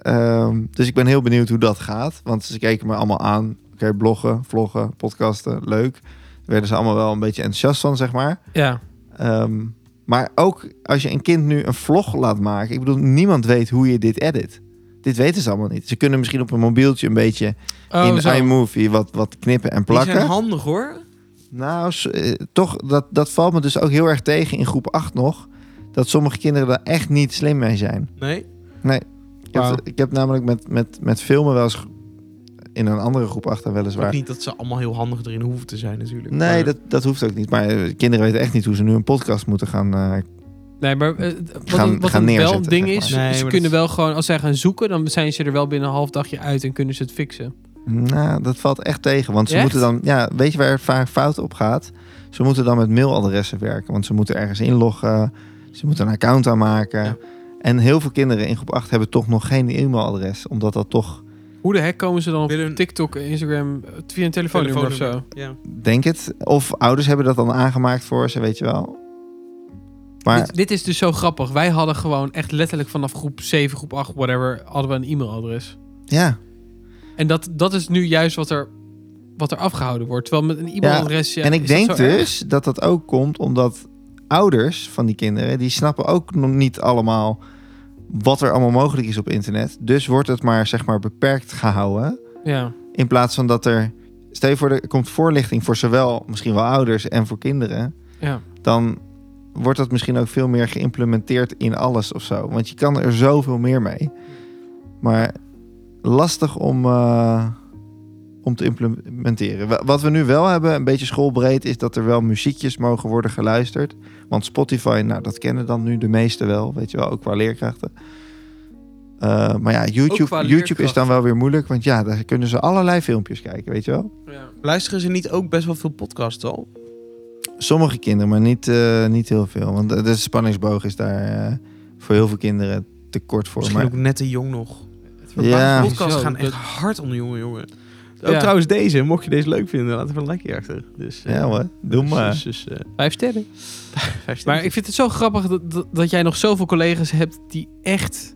Um, dus ik ben heel benieuwd hoe dat gaat. Want ze keken me allemaal aan. Oké, okay, bloggen, vloggen, podcasten, leuk. Daar werden ze allemaal wel een beetje enthousiast van, zeg maar. Ja. Um, maar ook als je een kind nu een vlog laat maken... Ik bedoel, niemand weet hoe je dit edit. Dit weten ze allemaal niet. Ze kunnen misschien op een mobieltje een beetje... Oh, in zo. iMovie wat, wat knippen en Die plakken. zijn handig hoor. Nou, s- eh, toch, dat, dat valt me dus ook heel erg tegen in groep acht nog. Dat sommige kinderen daar echt niet slim mee zijn. Nee? Nee. Ik heb, Wauw. ik heb namelijk met, met, met filmen wel eens... In een andere groep acht dan Ook weliswaar. niet dat ze allemaal heel handig erin hoeven te zijn natuurlijk. Nee, Maar- dat, dat hoeft ook niet. Maar eh, kinderen weten echt niet hoe ze nu een podcast moeten gaan... eh, Nee, maar uh, wat, Gaan- een, wat gaan een wel neerzetten, ding zeg is, maar. Nee, ze maar kunnen dat- wel gewoon, als zij gaan zoeken, dan zijn ze er wel binnen een half dagje uit en kunnen ze het fixen. Nou, dat valt echt tegen. Want ze Echt? moeten dan... Ja, weet je waar het vaak fout op gaat? Ze moeten dan met mailadressen werken. Want ze moeten ergens inloggen. Ze moeten een account aanmaken. Ja. En heel veel kinderen in groep acht hebben toch nog geen e-mailadres. Omdat dat toch... Hoe de hek komen ze dan op Willen- TikTok, Instagram, uh, via een telefoonnummer of zo? Ja. Denk het. Of ouders hebben dat dan aangemaakt voor ze, weet je wel. Maar Dit, dit is dus zo grappig. Wij hadden gewoon echt letterlijk vanaf groep zeven, groep acht, whatever, hadden we een e-mailadres. ja, En dat, dat is nu juist wat er, wat er afgehouden wordt. Terwijl met een e-mailadres... Ja, en ik is dat denk zo erg? dus dat dat ook komt omdat ouders van die kinderen... die snappen ook nog niet allemaal wat er allemaal mogelijk is op internet. Dus wordt het maar, zeg maar, beperkt gehouden. Ja. In plaats van dat er... Stel je voor, er komt voorlichting voor zowel misschien wel ouders en voor kinderen. Ja. Dan wordt dat misschien ook veel meer geïmplementeerd in alles of zo. Want je kan er zoveel meer mee. Maar lastig om, uh, om te implementeren. Wat we nu wel hebben, een beetje schoolbreed, is dat er wel muziekjes mogen worden geluisterd. Want Spotify, nou, dat kennen dan nu de meesten wel. Weet je wel, ook qua leerkrachten. Uh, maar ja, YouTube, YouTube is dan wel weer moeilijk. Want ja, daar kunnen ze allerlei filmpjes kijken, weet je wel. Ja. Luisteren ze niet ook best wel veel podcasts al? Sommige kinderen, maar niet, uh, niet heel veel. Want de spanningsboog is daar uh, voor heel veel kinderen te kort voor. Misschien maar ook net te jong nog. Ja. De podcasts Zo, gaan echt dat... hard om de jonge jongen. Ook Ja. trouwens deze, mocht je deze leuk vinden, laat even een likeje achter. Dus, uh, ja hoor, doe maar. Dus, dus, uh, Vijf sterren. vijf sterren. Maar ik vind het zo grappig dat, dat, dat jij nog zoveel collega's hebt die echt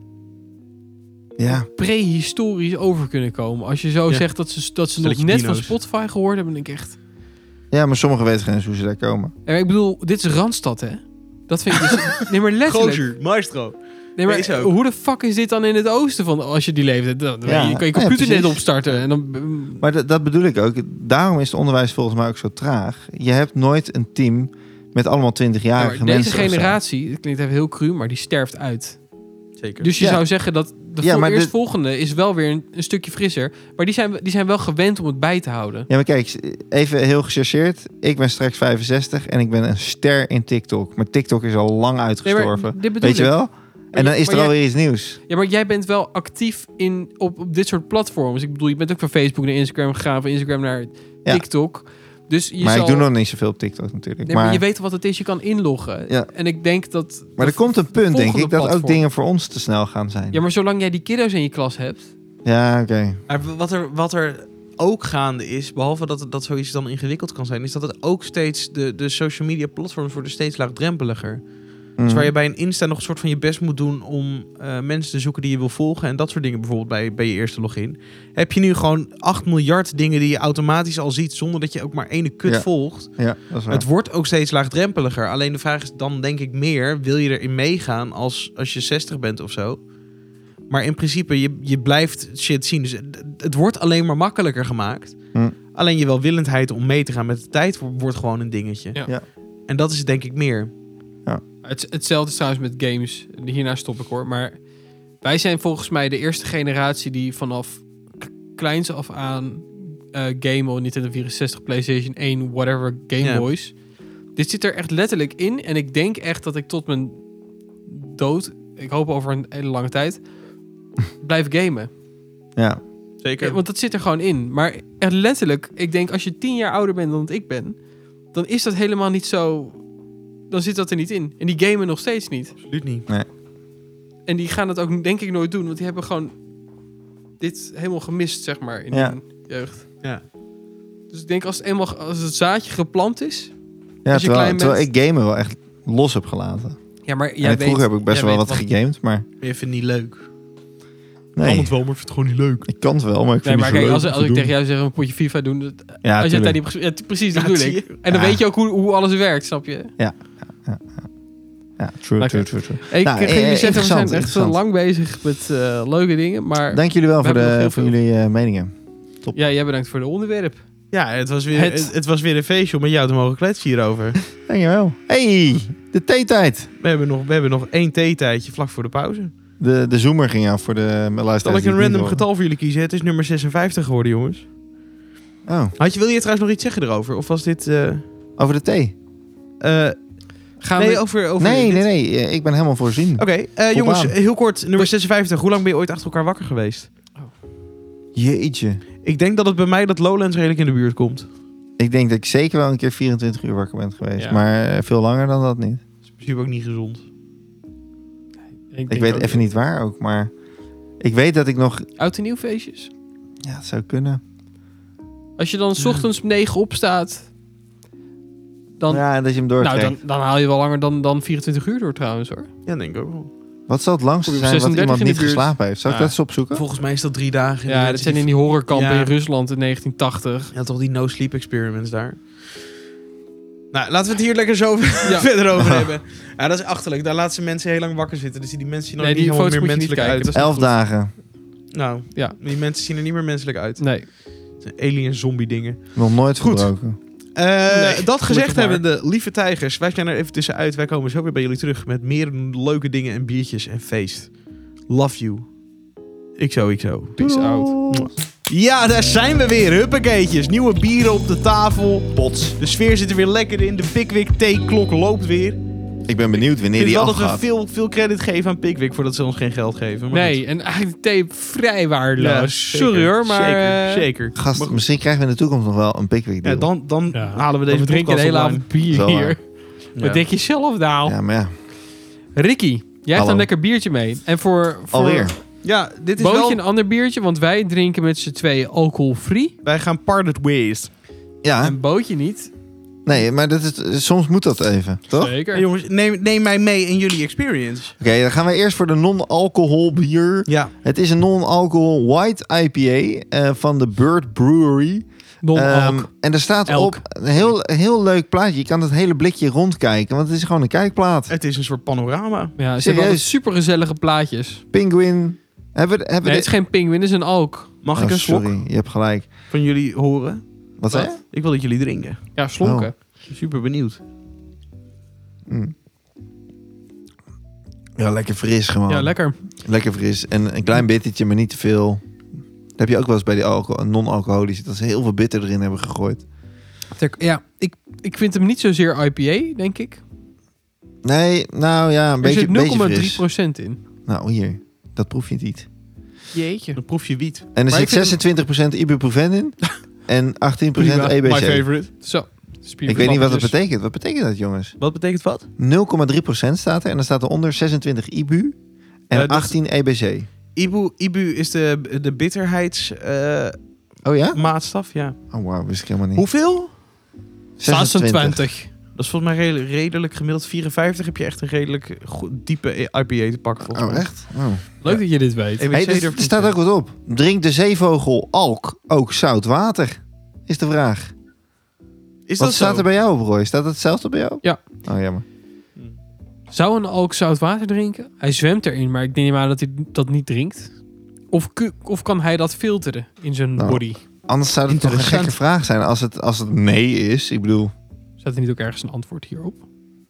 Ja. prehistorisch over kunnen komen. Als je zo Ja. zegt dat ze, dat ze nog Stelletje net dino's. van Spotify gehoord hebben, dan denk ik echt... ja, maar sommigen weten geen eens hoe ze daar komen. En ik bedoel, dit is Randstad, hè? Dat vind ik dus... Nee, maar letterlijk. Gozer, maestro. Nee, maar Deze ook. hoe de fuck is dit dan in het oosten van als je die leeftijd? Dan Ja. je, kan je Ja, computer precies. net opstarten en dan... Maar dat, dat bedoel ik ook. Daarom is het onderwijs volgens mij ook zo traag. Je hebt nooit een team met allemaal twintigjarige Ja, maar mensen. deze of zo. generatie, het klinkt even heel cru, maar die sterft uit. Zeker. Dus je Ja. zou zeggen dat de Ja, vol- maar dit- eerstvolgende is wel weer een, een stukje frisser. Maar die zijn, die zijn wel gewend om het bij te houden. Ja, maar kijk, even heel gechargeerd. Ik ben straks vijfenzestig en ik ben een ster in TikTok. Maar TikTok is al lang Nee, uitgestorven. maar dit bedoel Weet je ik. wel? En dan je- is maar er jij- alweer iets nieuws. Ja, maar jij bent wel actief in, op, op dit soort platforms. Ik bedoel, je bent ook van Facebook naar Instagram gegaan, van Instagram naar Ja. TikTok. Dus je Maar zal... ik doe nog niet zoveel op TikTok natuurlijk. Nee, maar, maar je weet wat het is, je kan inloggen. Ja. En ik denk dat... maar dat er komt een punt, denk volgende ik, dat ook platform- dingen voor ons te snel gaan zijn. Ja, maar zolang jij die kiddo's in je klas hebt... Ja, oké. Maar wat er, wat er ook gaande is, behalve dat het, dat zoiets dan ingewikkeld kan zijn, is dat het ook steeds, de, de social media platforms worden steeds laagdrempeliger. Dus Mhm. waar je bij een Insta nog een soort van je best moet doen om uh, mensen te zoeken die je wil volgen en dat soort dingen bijvoorbeeld bij, bij je eerste login. Heb je nu gewoon acht miljard dingen die je automatisch al ziet zonder dat je ook maar ene kut Ja. volgt. Ja, dat is waar. Het wordt ook steeds laagdrempeliger. Alleen de vraag is dan denk ik meer, wil je erin meegaan als, als je zestig bent of zo? Maar in principe, je, je blijft shit zien. Dus het, het wordt alleen maar makkelijker gemaakt. Hm. Alleen je welwillendheid om mee te gaan met de tijd wo- wordt gewoon een dingetje. Ja. Ja. En dat is het denk ik meer. Het, hetzelfde is trouwens met games. Hierna stop ik hoor. Maar wij zijn volgens mij de eerste generatie die vanaf k- kleins af aan uh, gamen, Nintendo vierenzestig, PlayStation één, whatever, Game Ja. Boys. Dit zit er echt letterlijk in. En ik denk echt dat ik tot mijn dood, ik hoop over een hele lange tijd, blijf gamen. Ja. Zeker. Ja, want dat zit er gewoon in. Maar echt letterlijk, ik denk als je tien jaar ouder bent dan dat ik ben, dan is dat helemaal niet zo... Dan zit dat er niet in. En die gamen nog steeds niet. Absoluut niet. En die gaan het ook denk ik nooit doen. Want die hebben gewoon dit helemaal gemist, zeg maar, in Ja. hun jeugd. Ja. Dus ik denk als het, eenmaal, als het zaadje geplant is... Ja, Als je terwijl, klein terwijl bent- ik gamen wel echt los heb gelaten. Ja, maar En jij ik- vroeger weet... heb ik best jij wel weet wat wat- gegamed, maar Maar je vindt het niet leuk. nee, Kan het wel, maar ik vind het gewoon niet leuk. ik kan het wel, maar ik Nee, vind maar het kijk, niet als, zo leuk als om ik te tegen jou zeg een potje FIFA doen... Dat, doen. Ja, als je het daar tuurlijk. niet... Ja, t- precies, dat Ja, bedoel zie ik. je. En dan Ja. weet je ook hoe, hoe alles werkt, snap je? Ja, true, Oké. true, true, true. Ik Nou, ga eh, jullie eh, zeggen, we zijn interessant, echt interessant. lang bezig met uh, leuke dingen. Maar Dank jullie wel We voor, hebben nog de, heel voor veel. jullie uh, meningen. ja, jij bedankt voor de onderwerp. Ja, het was weer, Het- het, het was weer een feestje om met jou te mogen kletsen hierover. Dankjewel. Hey, de theetijd. We hebben nog, we hebben nog één theetijdje vlak voor de pauze. De, de zoomer ging aan voor de luisteraars. Zal ik die een het niet random horen. getal voor jullie kiezen? Het is nummer zesenvijftig geworden, jongens. Oh, Had je, wil je trouwens nog iets zeggen erover? Of was dit... eh over de thee? eh, Gaan nee, we... over... over Nee, dit- nee, nee. eh, Ik ben helemaal voorzien. Oké, eh, jongens, aan. heel kort. Nummer zesenvijftig. Hoe lang ben je ooit achter elkaar wakker geweest? Jeetje. Ik denk dat het bij mij dat Lowlands redelijk in de buurt komt. Ik denk dat ik zeker wel een keer vierentwintig uur wakker ben geweest. Ja. Maar eh, veel langer dan dat niet. Dat is in principe ook niet gezond. Ik, Ik weet even niet waar ook, maar... Ik weet dat ik nog... Oud en nieuw feestjes. Ja, het zou kunnen. Als je dan 's Ja. ochtends om negen opstaat, dan, ja, en dat je hem doortrekt. nou, dan, dan haal je wel langer dan, dan vierentwintig uur door trouwens hoor. Ja, denk ik ook wel. Wat zal het langste Kom je op zijn wat zesendertig iemand in de niet buurt? geslapen heeft? Zal ik Ja. dat eens opzoeken? Volgens mij is dat drie dagen. Ja, dat zijn in die horrorkampen Ja. in Rusland in negentien tachtig. Ja, toch die no-sleep experiments daar. Nou, laten we het hier lekker zo Ja. verder over hebben. Ja, dat is achterlijk. Daar laten ze mensen heel lang wakker zitten. Dus die mensen zien er Nee, niet die helemaal foto's meer moet je niet menselijk kijken. uit. Dat is niet Elf goed. dagen. Nou, Ja. die mensen zien er niet meer menselijk uit. Nee. Het zijn alien zombie dingen. Nog nooit Goed. gebroken. Uh, Nee, dat gezegd maar. hebben de lieve tijgers. Wij zijn er even tussenuit. Wij komen zo weer bij jullie terug met meer leuke dingen en biertjes en feest. Love you. X O X O. Peace out. Ja, daar zijn we weer. Huppakeetjes. Nieuwe bieren op de tafel. Pots. De sfeer zit er weer lekker in. De Pickwick theeklok loopt weer. Ik ben benieuwd wanneer Ik die vind wel dat we afgaat. veel, veel credit geven aan Pickwick voordat ze ons geen geld geven. Maar Nee, goed. en eigenlijk de thee vrij waardeloos. Ja, Sorry zeker, hoor, maar... Zeker, eh, zeker. Gast, Maar goed. misschien krijgen we in de toekomst nog wel een Pickwick deal. Ja, dan dan Ja. halen we deze we drinken een podcast hele online. avond bier Zo, hier. hè. Ja. Wat denk je zelf nou? Ja, maar ja. Ricky, jij hebt Hallo. een lekker biertje mee. En voor, voor Alweer. Ja, dit is Bootje wel... een ander biertje, want wij drinken met z'n tweeën alcohol-free. Wij gaan parted ways. Ja, En Bootje niet. nee, maar dat is, soms moet dat even, toch? Oké, Zeker. Hey, jongens, neem, neem mij mee in jullie experience. dan gaan we eerst voor de non-alcohol bier. Ja. Het is een non-alcohol white I P A eh, van de Bird Brewery. Non-alk. Ehm, en er staat Elk. op een heel, heel leuk plaatje. Je kan het hele blikje rondkijken, want het is gewoon een kijkplaat. Het is een soort panorama. ja, ze serieus? hebben altijd supergezellige plaatjes. Penguin. Hebben we, hebben Nee, we het is geen pinguïn, het is een alk. Mag Oh, ik een slok sorry, je hebt gelijk. van jullie horen? Wat zei je? Ik wil dat jullie drinken. Ja, slonken. Super benieuwd. Mm. Ja, lekker fris gewoon. Ja, lekker. Lekker fris. En een klein bittertje, maar niet te veel. Dat heb je ook wel eens bij die alcohol, non-alcoholische. Dat ze heel veel bitter erin hebben gegooid. Ja, ik, ik vind hem niet zozeer I P A, denk ik. Nee, nou ja, een Er beetje, zit nul beetje komma drie fris. procent in. Nou, hier. Dat proef je niet. Jeetje. Dan proef je wiet. En er Maar zit ik vind- zesentwintig procent ibuprofen in. En achttien procent Prima. E B My C. favorite. Zo. Ik weet niet wat dat betekent. Wat betekent dat, jongens? Wat betekent wat? nul komma drie procent staat er. En dan staat er onder zesentwintig I B U. En Ja, dat is- achttien E B C. Ibu, Ibu is de, de bitterheidsmaatstaf. Oh ja? maatstaf, ja. Oh wauw, wist ik helemaal niet. Hoeveel? zesentwintig. Dat is volgens mij redelijk, redelijk gemiddeld vierenvijftig. Heb je echt een redelijk goed, diepe I P A te pakken. Volgens Oh, mij. echt? Oh. Leuk dat je dit weet. E B C Hey, er, durf er ik staat niet ook wat op. Drink de zeevogel alk ook zout water? Is de vraag. te- Is Wat dat staat zo? er bij jou op, Roy? Staat hetzelfde bij jou? Ja. Oh, jammer. Zou een alk zout water drinken? Hij zwemt erin, maar ik denk maar dat hij dat niet drinkt. Of, ku- of kan hij dat filteren in zijn Nou, body? Anders zou het toch een Interessant. gekke vraag zijn als het, als het nee is. Ik bedoel, Staat er niet ook ergens een antwoord hierop?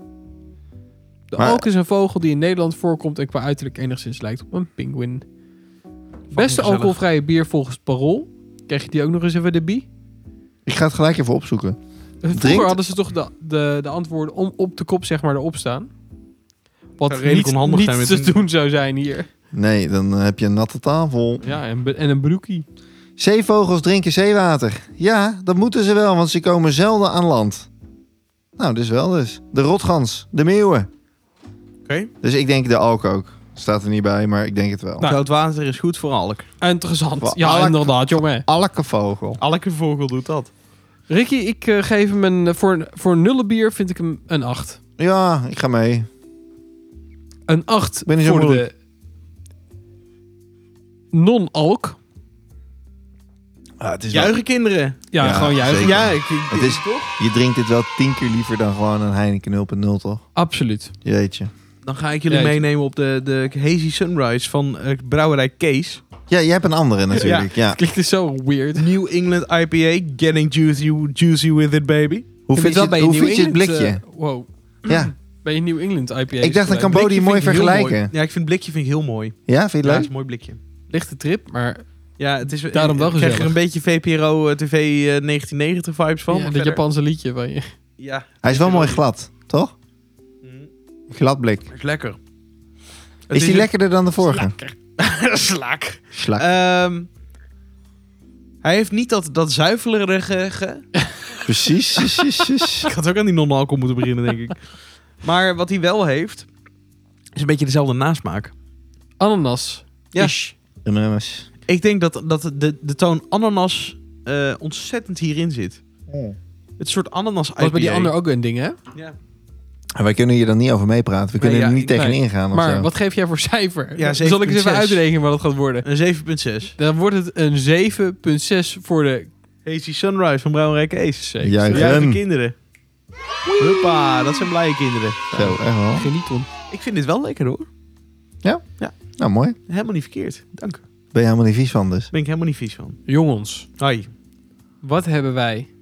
De Maar- alk is een vogel die in Nederland voorkomt en qua uiterlijk enigszins lijkt op een pinguïn. Beste gezellig. alcoholvrije bier volgens het Parool. Krijg je die ook nog eens even de bie? ik ga het gelijk even opzoeken. Vroeger Drinkt- hadden ze toch de, de, de antwoorden om op de kop zeg maar erop staan. Wat Zou redelijk niet, onhandig niet zijn met te een- doen zou zijn hier. Nee, dan eh, heb je een natte tafel. Ja, en, be- en een broekie. Zeevogels drinken zeewater. Ja, dat moeten ze wel, want ze komen zelden aan land. Nou, dus wel dus. De rotgans, de meeuwen. Oké. Dus ik denk de alk ook. Staat er niet bij, maar ik denk het wel. Nou. Zout water is goed voor alk. Interessant. Voor Ja, alk- inderdaad, jongen. Alke vogel. Elke vogel doet dat. Ricky, ik eh, geef hem een... Voor, voor een nullenbier vind ik hem een acht. Ja, ik ga mee. Een acht Ben niet zo voor moeilijk. de non-alk. Ah, het is wel- Juichen kinderen. Ja, Ja, gewoon juichen. zeker. Ja, ik, ik, Het is- toch? Je drinkt dit wel tien keer liever dan gewoon een Heineken nul punt nul, toch? Absoluut. Jeetje. Dan ga ik jullie Jeetje. meenemen op de, de Hazy Sunrise van eh, brouwerij Kees. Ja, jij hebt een andere natuurlijk. Ja. Klinkt dus zo weird. New England I P A. Getting juicy, juicy with it, baby. Hoe Ik vind je, wel bij hoe New vind je het England, blikje? eh, wow. Ja. Bij je New England I P A. Ik dacht, dan kan Blikje Bodie mooi vind ik heel vergelijken. mooi. Ja, ik vind het blikje vind ik heel mooi. Ja, vind je Ja, het het leuk? is een mooi blikje. Lichte trip, maar Ja, het is Daarom wel ik krijg er gezellig. een beetje V P R O eh, T V eh, negentien negentig vibes van. ja, maar dat verder- Japanse liedje van je. Ja. Hij is wel mooi glad, toch? Mhm. Glad blik. Het is lekker. Het Is die een- lekkerder dan de vorige? Slakker. Slak. Slak. Ehm, hij heeft niet dat, dat zuivelerige... ge- Precies. precies, precies. Ik had ook aan die non-alcohol moeten beginnen, denk ik. Maar wat hij wel heeft, is een beetje dezelfde nasmaak. Ananas. Ja. Ish. Ananas. Ik denk dat, dat de, de toon ananas eh, ontzettend hierin zit. Het soort ananas I P A. Was bij die ander ook een ding, hè? Ja, En wij kunnen hier dan niet over meepraten. We kunnen ja, er niet ik- tegen nee. ingaan. of Maar zo. wat geef jij voor cijfer? Ja, Zal ik eens even zeven komma zes. uitrekenen wat het gaat worden? een zeven komma zes. Dan wordt het een zeven komma zes voor de... Hazy Sunrise van Brouwerij Kees. Zeker. Juichen. Juichen kinderen. Huppa, dat zijn blije kinderen. Zo, echt wel. Geniet om. Ik vind dit wel lekker hoor. Nou, mooi. Helemaal niet verkeerd. Dank. Daar Ben je helemaal niet vies van dus. ben ik helemaal niet vies van. Jongens, Hoi. wat hebben wij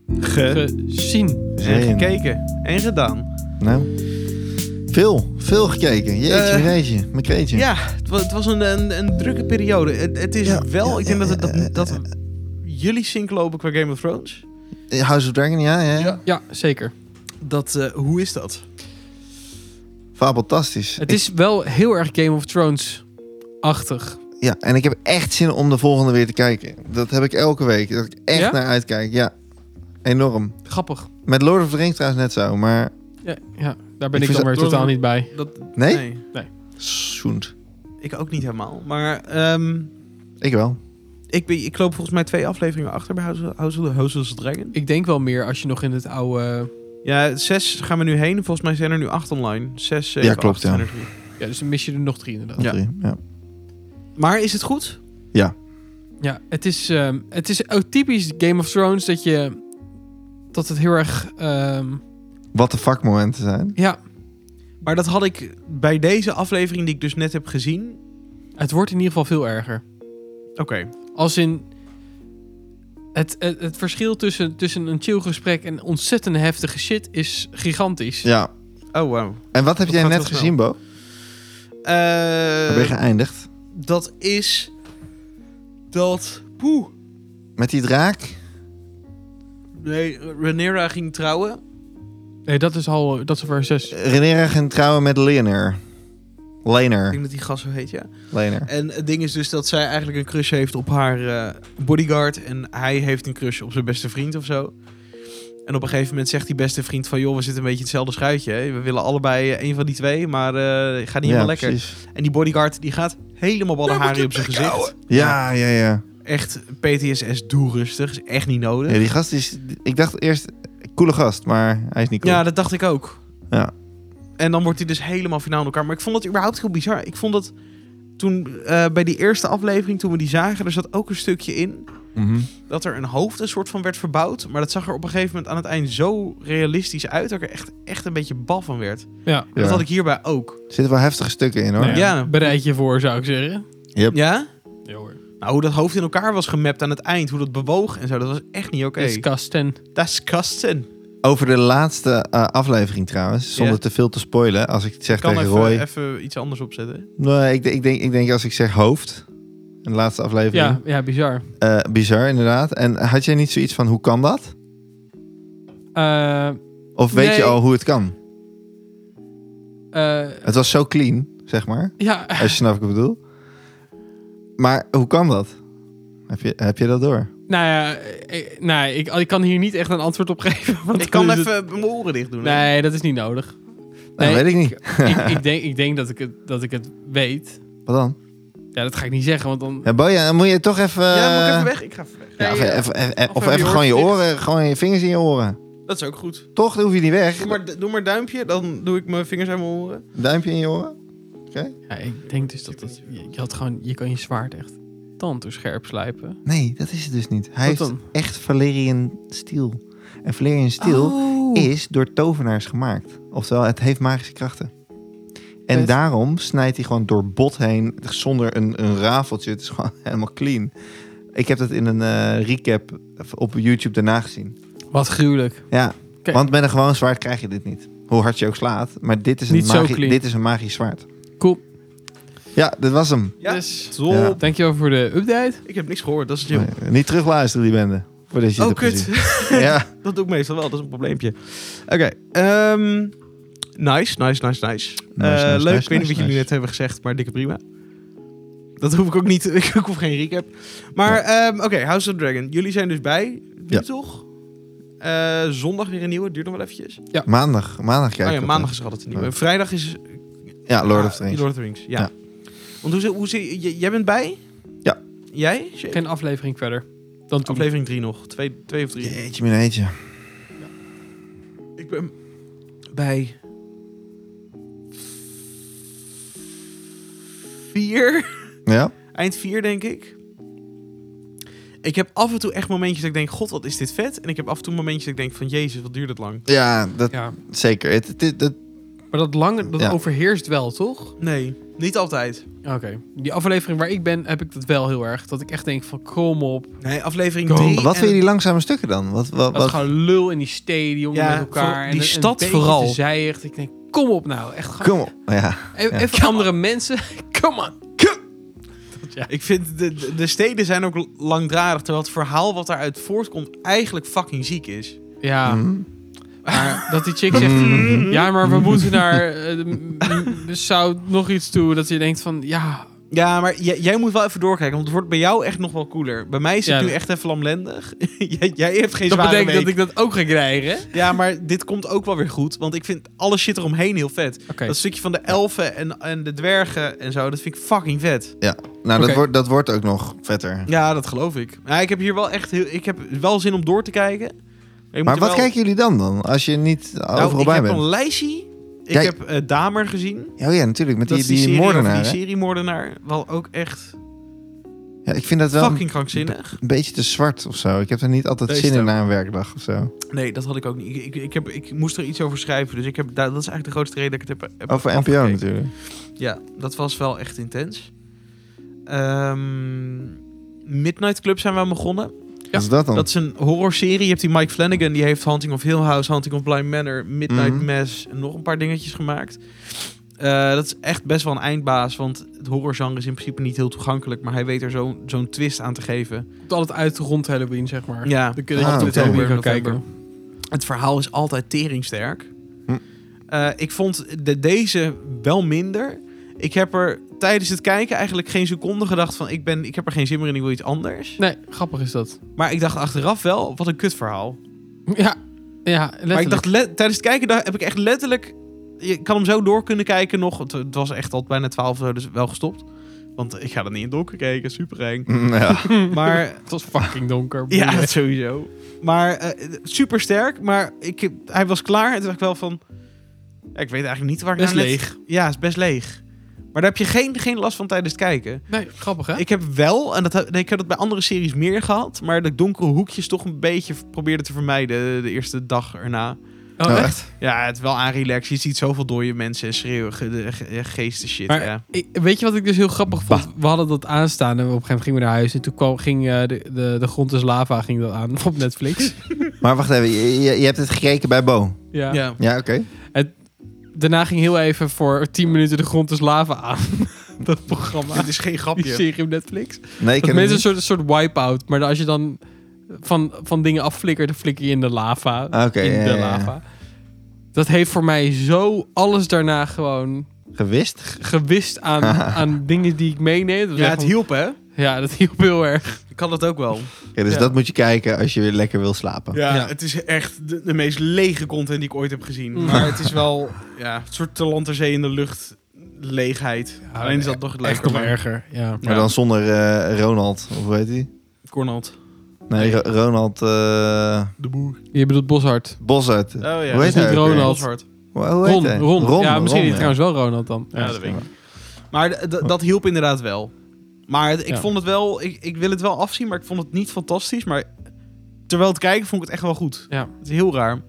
gezien. En Zin. gekeken. En gedaan. Nou, veel. Veel gekeken. Jeetje, Eh, uh, jeetje, mijn kreetje. Ja, het was, het was een, een, een drukke periode. Het, het is Ja, wel, ja, ik denk ja, dat, het, ja, dat, dat jullie sync lopen qua Game of Thrones. House of Dragon, ja, ja. Ja. Ja, zeker. Dat, uh, hoe is dat? Fabeltastisch. Het is wel heel erg Game of Thrones-achtig. Ja, en ik heb echt zin om de volgende weer te kijken. Dat heb ik elke week. Dat ik echt Ja? naar uitkijk. Ja, enorm. Grappig. Met Lord of the Rings trouwens net zo, maar... Ja, ja daar ben Ik ik, vind dan weer dat- totaal niet bij. dat Nee? nee. Zoend. Ik ook niet helemaal. Maar ehm, Ik wel. ik, ben, ik loop volgens mij twee afleveringen achter bij House, House, of- House of the Dragon. Ik denk wel meer als je nog in het oude... Ja, zes gaan we nu heen. Volgens mij zijn er nu acht online. Zes, zeven, Ja, klopt, acht ja. zijn er drie. Ja, dus dan mis je er nog drie inderdaad. Ja. Drie, ja. Maar is het goed? Ja. Ja, het is, ehm, het is ook typisch Game of Thrones dat je... Dat het heel erg... ehm, Wat de fuck momenten zijn. ja, Maar dat had ik bij deze aflevering die ik dus net heb gezien. het wordt in ieder geval veel erger. Oké. Als in... Het, het, het verschil tussen, tussen een chill gesprek en ontzettend heftige shit is gigantisch. Ja. Oh, wow. En wat heb Dat jij gaat net heel snel. gezien, Bo? Waar ben je Eh geëindigd? dat is... Dat... Poeh. Met die draak? Nee, Rhaenyra ging trouwen. Nee, dat is al... Dat is over zes. Rhaenyra ging trouwen met Leonor. Ik Leonor. denk dat die gast zo heet, ja. Leonor. En het ding is dus dat zij eigenlijk een crush heeft op haar eh, bodyguard. En hij heeft een crush op zijn beste vriend of zo. En op een gegeven moment zegt die beste vriend van... joh, we zitten een beetje in hetzelfde schuitje. Hè? We willen allebei eh, een van die twee, maar uh, gaat niet helemaal lekker. Precies. En die bodyguard die gaat helemaal Badahari op zijn gezicht. Ja, ja, ja. Echt P T S S doelrustig. Is echt niet nodig. Ja, die gast is... Ik dacht eerst... Coole gast, maar hij is niet cool. Ja, dat dacht ik ook. Ja. En dan wordt hij dus helemaal finaal in elkaar. Maar ik vond dat überhaupt heel bizar. Ik vond dat toen uh, bij die eerste aflevering, toen we die zagen, er zat ook een stukje in Mhm. dat er een hoofd een soort van werd verbouwd. Maar dat zag er op een gegeven moment aan het eind zo realistisch uit dat ik er echt, echt een beetje bal van werd. Ja. En dat Ja. had ik hierbij ook. Er zitten wel heftige stukken in, hoor. Nou Ja. Bereid je voor, zou ik zeggen. Yep. Ja? Ja hoor. Nou, hoe dat hoofd in elkaar was gemapt aan het eind, hoe dat bewoog en zo, dat was echt niet oké. Okay. Disgusting. Disgusting. Over de laatste uh, aflevering trouwens, zonder Ja. te veel te spoilen. Als ik het zeg Ik kan tegen even, Roy... even iets anders opzetten. Nee, ik, ik, denk, ik denk als ik zeg hoofd... In de laatste aflevering. Ja, ja, bizar. Uh, bizar, inderdaad. En had jij niet zoiets van, hoe kan dat? Uh, Of weet Nee. je al hoe het kan? uh, Het was zo clean, zeg maar. ja, Als je snapt wat ik bedoel. Maar hoe kan dat? Heb je, heb je dat door? nou ja, ik, nee, ik, ik kan hier niet echt een antwoord op geven. Want Ik kan dan is even mijn oren dicht doen. het- hè? Nee, dat is niet nodig. Nou, Nee, weet ik niet. ik, ik, denk, ik denk dat ik, het, dat ik het weet. Wat dan? Ja, dat ga ik niet zeggen, want dan... Ja, Boja, dan moet je toch even... Ja, moet ik even eh, weg? Ik ga even weg. ja, of Nee, even, even, even- of of heb je even gewoon je oortjes oren, gewoon je vingers in je oren. Dat is ook goed. Toch, dan hoef je niet weg. Doe maar, doe maar duimpje, dan doe ik mijn vingers aan mijn oren. Duimpje in je oren. Ja, ik denk dus dat het... Je, je had gewoon... Je kan je zwaard echt tandenscherp slijpen. Nee, dat is het dus niet. Hij Wat heeft dan? echt Valerian Steel. En Valerian Steel Oh. is door tovenaars gemaakt. Oftewel, het heeft magische krachten. En Vet. daarom snijdt hij gewoon door bot heen zonder een, een rafeltje. Het is gewoon helemaal clean. Ik heb dat in een eh, recap op YouTube daarna gezien. Wat gruwelijk. Ja, Oké. want met een gewoon zwaard krijg je dit niet. Hoe hard je ook slaat. Maar dit is een, Niet zo magi- clean. dit is een magisch zwaard. Cool. Ja, dit was hem. Ja, Dus, top. Ja. dankjewel voor de update. Ik heb niks gehoord, dat is chill. Eh, Niet terugluisteren die bende. Voordat je het Oh, hebt kut. gezien. Ja. Dat doe ik meestal wel, dat is een probleempje. Oké, ehm, nice, nice, nice, nice. Nice, Eh, nice, leuk, nice, ik weet niet nice, wat jullie nice. net hebben gezegd, maar dikke prima. Dat hoef ik ook niet, ik hoef geen recap. Maar ehm, oké, House of Dragon. Jullie zijn dus bij, nu Ja. toch? Eh, zondag weer een nieuwe, duurt nog wel eventjes. Maandag. Maandag kijk oh ik ja, dat, maandag hè. is er altijd een nieuwe. Ja. Vrijdag is... Ja, Lord ah, of the Rings. Lord of the Rings, ja. Ja. Want hoe, zie- hoe zie j- jij bent bij? Ja. Jij? Shay? Geen aflevering verder. Dan toen. Aflevering drie nog. Twee, twee of drie. Jeetje, mijn eetje. Ik ben bij vier. Ja? Eind vier, denk ik. Ik heb af en toe echt momentjes dat ik denk, god, wat is dit vet. En ik heb af en toe momentjes dat ik denk van, jezus, wat duurt het lang. Ja, dat Ja. zeker. Het, het, het, Maar dat lange, dat Ja. overheerst wel, toch? Nee, niet altijd. Oké. Okay. Die aflevering waar ik ben, heb ik dat wel heel erg. Dat ik echt denk van, kom op. Nee, aflevering Kom. drie. Wat en- vind je die langzame stukken dan? Wat, wat, Dat is wat? gewoon lul in die steden, jongen, Ja, met elkaar. voor- en die een- stad een beetje vooral. te zijig. Ik denk, kom op nou. Echt gewoon. Kom op. Ja. Even, Ja. even andere mensen. Come on. Ja. Ik vind de, de, de steden zijn ook langdradig, terwijl het verhaal wat daaruit voortkomt eigenlijk fucking ziek is. Ja, Mhm. maar dat die chick zegt... Mhm. Ja, maar we moeten naar... eh, m- m- zou nog iets toe. Dat je denkt van, ja... Ja, maar j- jij moet wel even doorkijken, want het wordt bij jou echt nog wel cooler. Bij mij is het Ja, nu dat- echt even lamlendig. jij, jij hebt geen Dat zware betekent week. dat ik dat ook ga krijgen. Ja, maar dit komt ook wel weer goed, want ik vind alle shit eromheen heel vet. Oké. Dat stukje van de elfen en, en de dwergen en zo, dat vind ik fucking vet. Ja. Nou, dat, Oké. wordt, dat wordt ook nog vetter. Ja, dat geloof ik. Ja, ik heb hier wel echt heel, ik heb wel zin om door te kijken. Ik moet Maar er wat wel- kijken jullie dan dan? Als je niet Nou, overal ik bij heb bent? een lijstje. Ik Ja, heb eh, Damer gezien. Oh ja, natuurlijk. Met Dat die, is die, die, serie over moordenaar. die hè? seriemoordenaar. Wel ook echt Ja, ik vind dat wel fucking krankzinnig. een beetje te zwart of zo. Ik heb er niet altijd Deze zin in ook. na een werkdag of zo. Nee, dat had ik ook niet. Ik, ik, ik, heb, ik moest er iets over schrijven. Dus ik heb, dat is eigenlijk de grootste reden dat ik het heb, heb Over N P O afgekeken. natuurlijk. Ja, dat was wel echt intens. Ehm, Midnight Club zijn we aan begonnen. Wat is dat dan? Dat is een horrorserie. Je hebt die Mike Flanagan, die heeft Haunting of Hill House, Haunting of Bly Manor, Midnight Mhm. Mass en nog een paar dingetjes gemaakt. Eh, dat is echt best wel een eindbaas, want het horrorgenre is in principe niet heel toegankelijk, maar hij weet er zo- zo'n twist aan te geven. Het altijd uit rond Halloween, zeg maar. Ja, Dan kun je Ah, altijd oké. Halloween gaan November. kijken. Het verhaal is altijd teringsterk. Hm. Eh, ik vond de, deze wel minder. Ik heb er tijdens het kijken eigenlijk geen seconde gedacht van ik, ben, ik heb er geen zin meer in, ik wil iets anders. Nee, grappig is dat. Maar ik dacht achteraf wel, wat een kutverhaal. Ja, ja letterlijk. Maar ik dacht, le- tijdens het kijken daar heb ik echt letterlijk... Je kan hem zo door kunnen kijken nog. Het, het was echt al bijna twaalf uur, dus wel gestopt. Want ik ga er niet in het donker kijken, super eng. Mm, ja. Maar Het was fucking donker. ja, boeien. dat sowieso. Maar eh, super sterk, maar ik, hij was klaar. En toen dacht ik wel van... Ja, ik weet eigenlijk niet waar ik Best nou net- leeg. Ja, het is best leeg. Maar daar heb je geen, geen last van tijdens het kijken. Nee, grappig hè? Ik heb wel, en dat, heb- nee, ik heb dat bij andere series meer gehad... maar de donkere hoekjes toch een beetje probeerde te vermijden... de eerste dag erna. Oh, Oh, echt? Ja, het is wel aanrelax. Je ziet zoveel dode mensen en schreeuwen, ge- de ge- geesten shit. Maar Ja. ik, weet je wat ik dus heel grappig vond? We hadden dat aanstaan en op een gegeven moment gingen we naar huis. En toen kwam, ging eh, de, de, de grond is lava ging dat aan op Netflix. Maar wacht even, je, je, je hebt het gekeken bij Bo. Ja. Ja. Ja, oké. Daarna ging heel even voor tien minuten de grond is lava aan. Dat programma. Dit is geen Die grapje. serie op Netflix. Nee, ik Dat ken het mensen een niet. soort, een soort wipe-out. Maar als je dan van, van dingen afflikkert, dan flikker je in de lava. Ah, oké, in ja, de ja, ja. lava. Dat heeft voor mij zo alles daarna gewoon Gewist? gewist aan, aan dingen die ik meeneem. Dat was Ja, echt het van- hielp, hè? Ja, dat hielp heel erg. Ik kan dat ook wel. Ja, dus Ja. dat moet je kijken als je weer lekker wil slapen. Ja, Ja. het is echt de, de meest lege content die ik ooit heb gezien. Maar het is wel ja, een soort te land ter zee in de lucht leegheid. Alleen is dat nog het Echt leuker. nog maar- erger. Ja. Maar Ja. dan zonder eh, Ronald, of hoe heet hij? Cornald. Nee, Ro- Ronald uh, De boer. Je bedoelt Boshart. Boshart. Oh ja. Hoe dat heet is hij niet ook weer? Ronald. Boshart. Hoe, hoe heet Ron, hij? Ron. Ja, misschien Ron, is het trouwens wel Ronald dan. Ja, dat weet ik. Maar d- d- dat hielp inderdaad wel. Maar het- ik Ja. vond het wel... Ik, ik wil het wel afzien, maar ik vond het niet fantastisch. Maar terwijl het kijken vond ik het echt wel goed. Ja. Het is heel raar.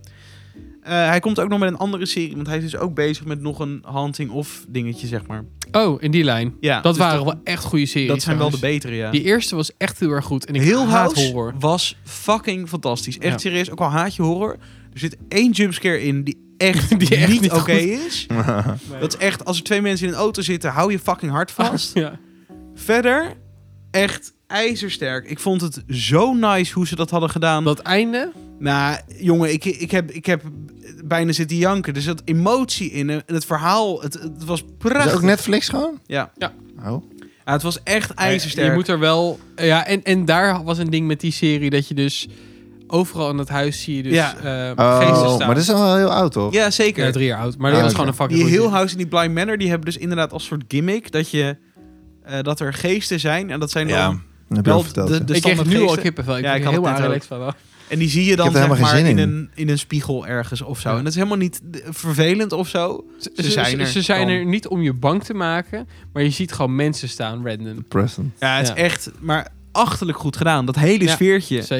Eh, hij komt ook nog met een andere serie. Want hij is dus ook bezig met nog een Haunting of dingetje, zeg maar. Oh, in die lijn. Ja, Dat dus waren wel echt goede series. Dat zijn wel de trouwens. betere, ja. Die eerste was echt heel erg goed. En ik Heel haat House horror. was fucking fantastisch. Echt Ja. serieus, ook al haat je horror. Er zit één jumpscare in die echt, Die echt niet, niet oké goed is. Dat is echt, als er twee mensen in een auto zitten, hou je fucking hard vast. Ja. Verder, echt ijzersterk. Ik vond het zo nice hoe ze dat hadden gedaan. Dat einde. Nou, jongen, ik, ik, heb, ik heb bijna zitten janken. Er zat emotie in. En het verhaal, het, het was Is prachtig. dat ook Netflix gewoon? Ja. Oh. Ja, het was echt ijzersterk. Je moet er wel... Ja, en, en daar was een ding met die serie dat je dus... Overal in het huis zie je dus Ja. eh, geesten Oh, staan. maar dat is al wel heel oud, toch? Ja, zeker. Ja, drie jaar oud. Maar Ah, dat was oké. gewoon een fucking Die goede Hill serie. House en die Blind Manor, die hebben dus inderdaad als soort gimmick dat je eh, dat er geesten zijn en dat zijn Ja. dan Dat heb je wel al verteld. de, ja. de Ik kreeg nu al standaardgeesten. kippenvel. Ik Ja, ja, ik ik had helemaal het net relaxed van. En die zie je dan heb er zeg helemaal maar geen in zin in. een, in een spiegel ergens of zo. Ja. En dat is helemaal niet eh, vervelend of zo. Ze, Ze zijn er Ze zijn dan. er niet om je bang te maken, maar je ziet gewoon mensen staan, random. Present. Ja, het Ja. is echt maar achterlijk goed gedaan. Dat hele Ja. sfeertje. Zeker.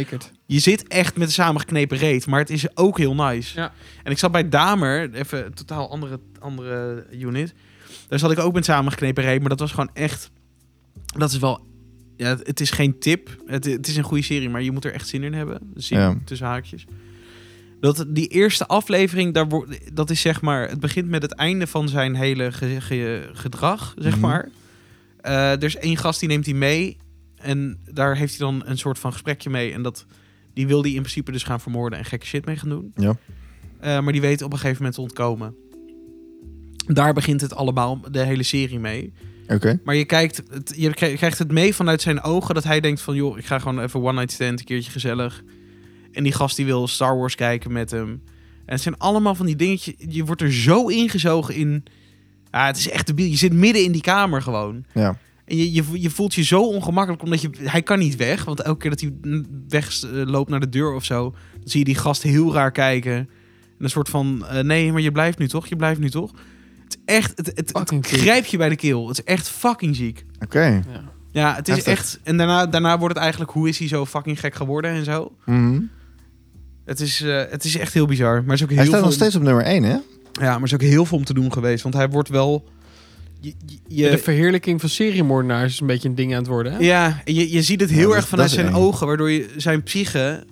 Je zit echt met een samengeknepen reet, maar het is ook heel nice. Ja. En ik zat bij Damer, even een totaal andere, andere unit. Daar zat ik ook met samengeknepen reet, maar dat was gewoon echt... Dat is wel... Ja, het, het is geen tip. Het, het is een goede serie, maar je moet er echt zin in hebben. Zin Ja. tussen haakjes. Dat, die eerste aflevering, daar wordt, dat is zeg maar... Het begint met het einde van zijn hele ge, ge- gedrag, zeg Mhm. maar. Uh, er is één gast die neemt hij mee. En daar heeft hij dan een soort van gesprekje mee. En dat, die wil hij in principe dus gaan vermoorden en gekke shit mee gaan doen. Ja. Uh, maar die weet op een gegeven moment te ontkomen. Daar begint het allemaal, de hele serie mee. Oké. Okay. Maar je, kijkt het, je krijgt het mee vanuit zijn ogen dat hij denkt van... joh, ik ga gewoon even one night stand, een keertje gezellig. En die gast die wil Star Wars kijken met hem. En het zijn allemaal van die dingetjes... Je wordt er zo ingezogen in... Ja, het is echt debiel. Je zit midden in die kamer gewoon. Ja. En je, je, je voelt je zo ongemakkelijk, omdat je... Hij kan niet weg, want elke keer dat hij wegloopt naar de deur of zo... dan zie je die gast heel raar kijken. En een soort van... Uh, nee, maar je blijft nu toch? Je blijft nu toch? Het is echt... Het, het, het, het grijpt je bij de keel. Het is echt fucking ziek. Oké. Okay. Ja. Ja, het is Heftig. echt... En daarna, daarna wordt het eigenlijk... Hoe is hij zo fucking gek geworden en zo? Mm-hmm. Het is, uh, het is echt heel bizar. Maar is ook heel hij staat veel nog steeds op nummer één, hè? Ja, maar er is ook heel veel om te doen geweest. Want hij wordt wel... Je, je, de verheerlijking van seriemoordenaars is een beetje een ding aan het worden, hè? Ja, je, je ziet het heel ja, erg dat, vanuit dat zijn eng. ogen... waardoor je zijn psyche...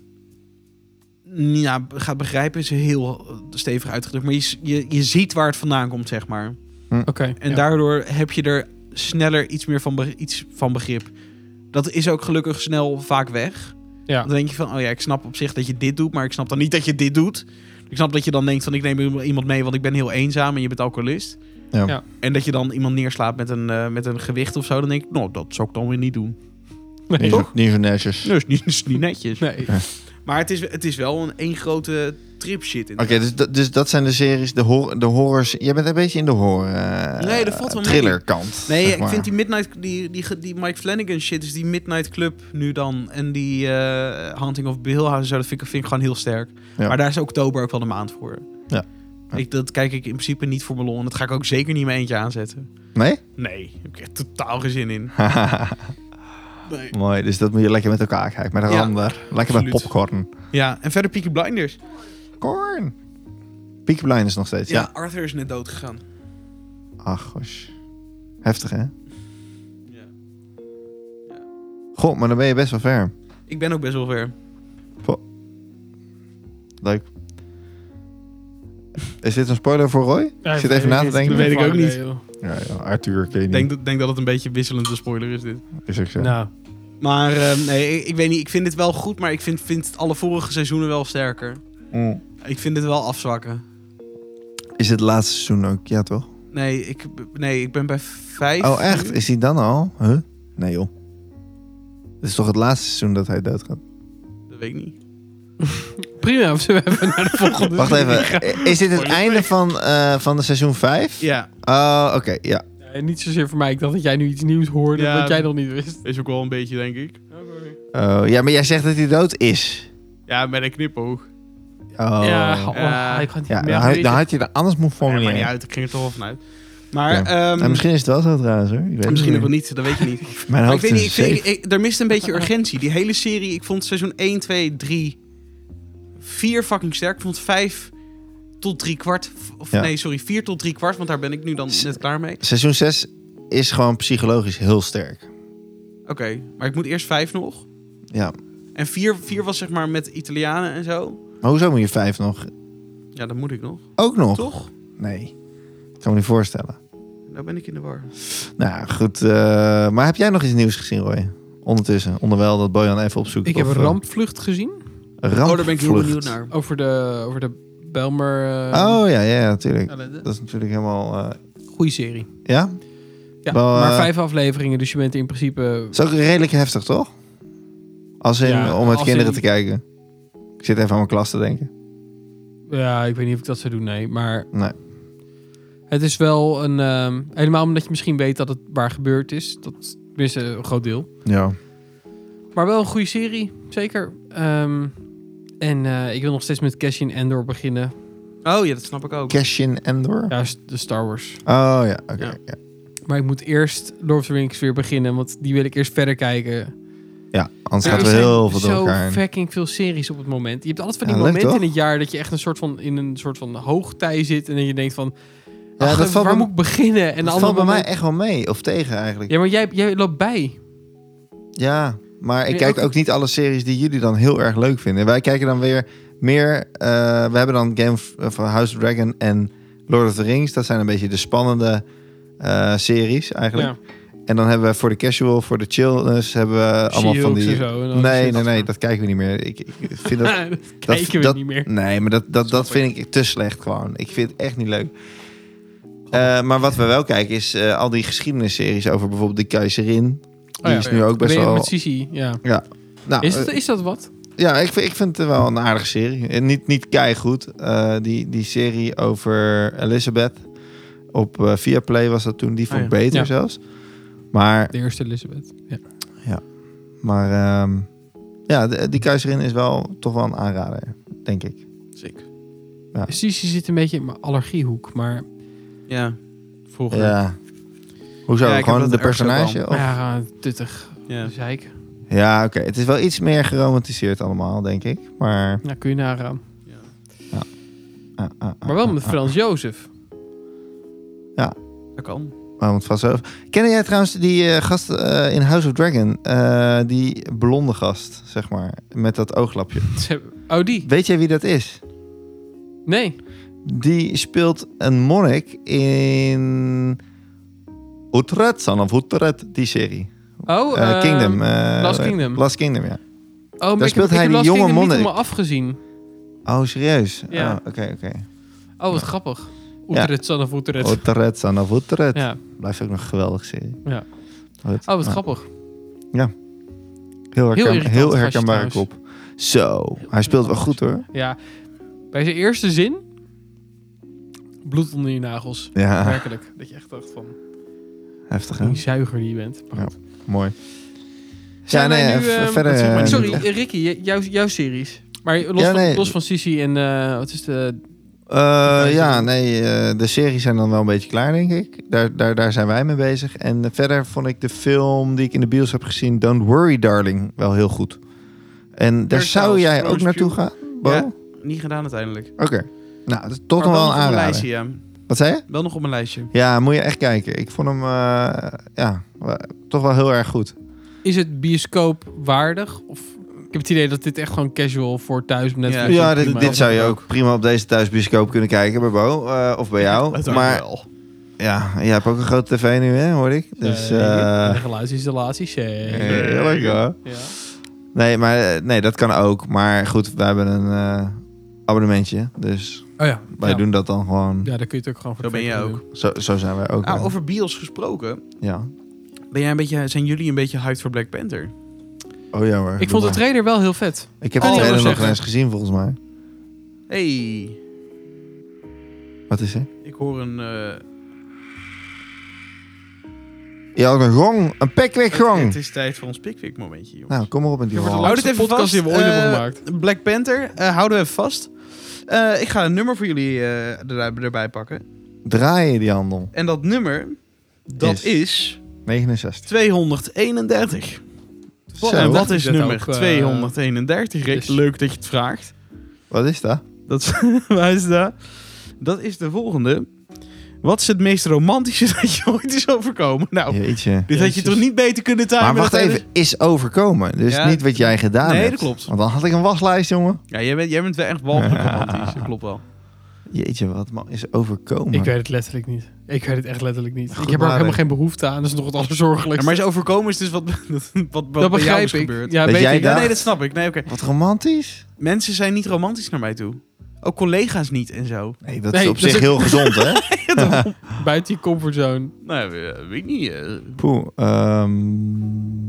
Ja, gaat begrijpen is heel stevig uitgedrukt. Maar je, je, je ziet waar het vandaan komt, zeg maar. Oké. Okay, en ja. daardoor heb je er sneller iets meer van, be, iets van begrip. Dat is ook gelukkig snel vaak weg. Ja. Dan denk je van, oh ja, ik snap op zich dat je dit doet... maar ik snap dan niet dat je dit doet. Ik snap dat je dan denkt van, ik neem iemand mee... want ik ben heel eenzaam en je bent alcoholist. Ja. Ja. En dat je dan iemand neerslaat met een, uh, met een gewicht of zo... dan denk ik, nou, dat zou ik dan weer niet doen. Nee, niet, zo, niet zo netjes. Nee, is niet, is niet netjes. Nee. Ja. Maar het is, het is wel een één grote trip shit. Oké, okay, dus, dus dat zijn de series, de, hor- de horrors. Jij bent een beetje in de horror uh, nee, dat valt wel thriller kant. Nee, zeg maar. ik vind die Midnight, die, die, die Mike Flanagan shit, is die Midnight Club nu dan. En die uh, Haunting of Hill House, zo, dat vind ik, vind ik gewoon heel sterk. Ja. Maar daar is oktober ook wel de maand voor. Ja. Ja. Ik, dat kijk ik in principe niet voor mijn lol. En dat ga ik ook zeker niet mijn eentje aanzetten. Nee? Nee, ik heb echt totaal geen zin in. Nee. Mooi, dus dat moet je lekker met elkaar kijken. Met een ja, ander. Lekker absoluut. met popcorn. Ja, en verder Peaky Blinders. Corn. Peaky Blinders nog steeds, ja. Ja, Arthur is net dood gegaan. Ach, gosh. Heftig, hè? Ja. ja. Goh, maar dan ben je best wel ver. Ik ben ook best wel ver. Po- Leuk. Is dit een spoiler voor Roy? Ja, ik zit even na te denken. Dat weet ik ook niet. Nee, ja, ja, Arthur ken je Ik niet. denk, denk dat het een beetje wisselend een spoiler is dit. Is ook zo. Nou. Maar uh, nee, ik, ik weet niet. Ik vind het wel goed, maar ik vind, vind alle vorige seizoenen wel sterker. Mm. Ik vind het wel afzwakken. Is het laatste seizoen ook? Ja, toch? Nee, ik, nee, ik ben bij vijf. Oh, echt? Is hij dan al? Huh? Nee, joh. Het is toch het laatste seizoen dat hij doodgaat? Dat weet ik niet. Prima, we even naar de volgende. Wacht even. Is dit het einde van, uh, van de seizoen vijf? Ja. Oh, oké, okay, ja. Ja, niet zozeer voor mij. Ik dacht dat jij nu iets nieuws hoorde ja, wat jij nog niet wist. Is ook wel een beetje, denk ik. Oh, ja, maar jij zegt dat hij dood is. Ja, met een knipoog. Oh. Ja, oh, ja. ik ga het niet Ja, meer dan, had, dan had je er anders moeten formuleren. Ja, maar niet uit. Ik ging er toch wel vanuit. Maar, ja. um, nou, misschien is het wel zo trouwens, hoor. Ik weet misschien het ook wel niet. Dat weet je niet. Mijn maar hoofd ik weet niet. is Ik een vind, ik, ik, er mist een beetje urgentie. Die hele serie. Ik vond seizoen één, twee, drie, vier fucking sterk. Ik vond vijf tot drie kwart. Of ja. nee, sorry. vier tot drie kwart. Want daar ben ik nu dan S- net klaar mee. Seizoen zes is gewoon psychologisch heel sterk. Oké, okay, maar ik moet eerst vijf nog. Ja. En vier, vier was zeg maar met Italianen en zo. Maar hoezo moet je vijf nog? Ja, dat moet ik nog. Ook nog? Toch? Nee. Ik kan me niet voorstellen. Nou ben ik in de war. Nou, goed. Uh, maar heb jij nog iets nieuws gezien, Roy? Ondertussen. Onderwijl dat Bojan even opzoekt. Ik of, heb een Rampvlucht gezien. Rampvlucht. Oh, daar ben ik heel benieuwd naar. Over de, over de Belmer... Uh, oh, ja, ja, natuurlijk. Ja, dat is natuurlijk helemaal... Uh... Goeie serie. Ja? Ja, Wel, maar uh... vijf afleveringen, dus je bent in principe... Het is ook redelijk heftig, toch? Als in, ja, om met als kinderen in... te kijken. Ik zit even aan mijn klas te denken. Ja, ik weet niet of ik dat zou doen, nee. Maar nee. Het is wel een... Um, helemaal omdat je misschien weet dat het waar gebeurd is. Dat is een groot deel. Ja. Maar wel een goede serie, zeker. Um, en uh, ik wil nog steeds met Cassian Andor beginnen. Oh ja, dat snap ik ook. Cassian Andor? Ja, de Star Wars. Oh ja, oké. Okay, ja. ja. Maar Maar ik moet eerst Lord of the Rings weer beginnen, want die wil ik eerst verder kijken. Ja, anders Er gaat er zijn heel veel door zo elkaar heen. fucking veel series op het moment. Je hebt altijd van die Ja, leuk, momenten toch? in het jaar dat je echt een soort van in een soort van hoogtij zit en dat je denkt van, Ja, ach, dat valt waar bij- moet ik beginnen? En Dat de valt bij andere mij moment- echt wel mee. Of tegen eigenlijk. Ja, maar jij, jij loopt bij. Ja, maar ik Nee, kijk ook- ook niet alle series die jullie dan heel erg leuk vinden. Wij kijken dan weer meer... eh, we hebben dan Game of, of House of Dragon en Lord of the Rings. Dat zijn een beetje de spannende eh, series eigenlijk. Ja. En dan hebben we voor de casual, voor de chillness... hebben we allemaal van She-Hulks die... en zo en al die Nee, shit. nee, nee, dat kijken we niet meer. Ik, ik vind dat... dat kijken we dat- niet meer. Nee, maar dat, dat, dat Snap ik. vind ik te slecht gewoon. Ik vind het echt niet leuk. Uh, maar wat we wel kijken is uh, al die geschiedenisseries over bijvoorbeeld de keizerin. Die Oh ja, is nu ook best Ben je wel... met Sisi, ja. Nou, Is, het, uh, is dat wat? ja, ik, vind- ik vind het wel een aardige serie. En niet, niet keigoed. Uh, die, die serie over Elizabeth op uh, Viaplay was dat toen. Die vond ik Oh ja. beter Ja. zelfs. Maar, De eerste Elizabeth. Ja. maar um, ja, de, die keizerin is wel toch wel een aanrader, denk ik. Zeker. Ja. Sisi zit een beetje in mijn allergiehoek, maar Ja, vroeger. Ja. Hoezo? Ja, ik heb Gewoon dat de ergens ook personage? wel. Of? ja, tuttig. Ja. Zeik. Ja, oké. Okay. Het is wel iets meer geromantiseerd allemaal, denk ik. Maar... Ja, kun je nagaan. Ah, ah, ah, Maar wel ah, met ah. Frans Jozef. Dat kan. Oh, het vast over. Ken jij trouwens die uh, gast uh, in House of Dragon? Uh, die blonde gast, zeg maar. Met dat ooglapje. Oh, die? Weet jij wie dat is? Nee. Die speelt een monnik in... Utrecht, Son of Utrecht, die serie. Oh, Uh, uh, Kingdom. Uh, Last Kingdom. Last Kingdom, ja. Oh, maar Daar ik speelt heb, hij ik heb die Last jonge Kingdom niet monnik. helemaal afgezien. Oh, serieus? Ja. Oké, oké. Okay, Oh, wat Ja. grappig. Ja. Utrecht, Son of Utrecht. Utrecht, Son of Utrecht. Ja. Blijft ook nog een geweldige serie. Ja. Goed. Oh, wat Ja. grappig. Heel, Heel herken, irritant heel gastje herkenbare trouwens. kop. Zo, hij speelt wel goed hoor. Ja. Bij zijn eerste zin... Bloed onder je nagels. Ja, Werkelijk. Dat je echt dacht van... heftig hè? Die zuiger die je bent. Maar Ja. goed. Mooi. Zijn ja, wij nee, nu, v- ehm, verder... zeg maar, eh, Sorry, niet echt. eh, Ricky, j- jouw, jouw series. Maar los, Ja, van, nee. los van Sisi en... eh, wat is de... Uh, ja, nee, uh, de series zijn dan wel een beetje klaar, denk ik. Daar, daar, daar zijn wij mee bezig. En uh, verder vond ik de film die ik in de bios heb gezien, Don't Worry Darling, wel heel goed. En daar There zou Charles, jij ook Florence naartoe Pugh. gaan, Bo? Ja. Oké. Niet gedaan uiteindelijk. Nou, dat is toch Maar nog wel een nog op mijn aanrader. lijstje, ja. Wat zei je? Wel nog op mijn lijstje. Ja, moet je echt kijken. Ik vond hem, uh, ja, wa- toch wel heel erg goed. Is het bioscoop waardig? Of ik heb het idee dat dit echt gewoon casual voor thuis op Netflix Ja, Ja, is. dit, Prima. dit zou je ook prima op deze thuisbioscoop kunnen kijken bij Bo. uh, of bij jou. Uiteindelijk Maar wel. ja, jij hebt ook een grote tv nu, hè, hoor ik. Dus, Eh, uh, de geluidsinstallaties. eh. heerlijk hoor. Ja. Nee, maar eh, nee, dat kan ook. Maar goed, we hebben een uh, abonnementje. Dus Oh ja. wij ja. doen dat dan gewoon. Ja, dan kun je het ook gewoon voor Zo de ben fun jij doen. ook. Zo, zo zijn wij ook. Nou, wel. over bios gesproken. Ja. Ben jij een beetje, zijn jullie een beetje hyped voor Black Panther? Oh ja hoor. Ik vond de trailer wel heel vet. Ik heb Kan de je trailer wel nog zeggen. eens gezien volgens mij. Hey, Wat is er? ik hoor een... eh, Je had een gong. Een Pickwick het, gong. het is tijd voor ons Pickwick momentje, jongens. Nou, kom maar op met die Ja, voor de hal. laatste Houd het even podcast vast. die we ooit hebben Eh, gemaakt. Black Panther, eh, houden we even vast. Eh, ik ga een nummer voor jullie eh, er, erbij pakken. Draai je die handel. En dat nummer, dat Is. is negenenzestig. tweehonderdeenendertig. Zo. En wat dacht ik is dat nummer ook, eh, tweehonderdeenendertig? Rick? dus- Leuk dat je het vraagt. Wat is dat? Dat is, waar is dat? Dat is de volgende. Wat is het meest romantische dat je ooit is overkomen? Nou, Jeetje. dit had je Jezus. toch niet beter kunnen timen? Maar wacht dan even, is overkomen. Dus Ja. niet wat jij gedaan Nee, hebt. dat klopt. Want dan had ik een waslijst, jongen. Ja, jij bent, jij bent wel echt walgelijk romantisch. Dat klopt wel. Jeetje, wat man is overkomen. Ik weet het letterlijk niet. Ik weet het echt letterlijk niet. Goed ik heb er ook nadenken. helemaal geen behoefte aan. Dat is nog het allerzorgelijkste. Ja, maar is overkomen is dus wat, wat, wat, wat dat bij jou begrijp is ik. gebeurd. Ja, Dat weet jij ik. Ja, dacht- nee, dat snap ik. Nee, oké. Wat romantisch. Mensen zijn niet romantisch naar mij toe. Ook collega's niet en zo. Nee, dat Nee, is op dat zich is- heel gezond, hè? Buiten je comfortzone. Nou, eh, weet ik niet. eh. Poeh. ehm,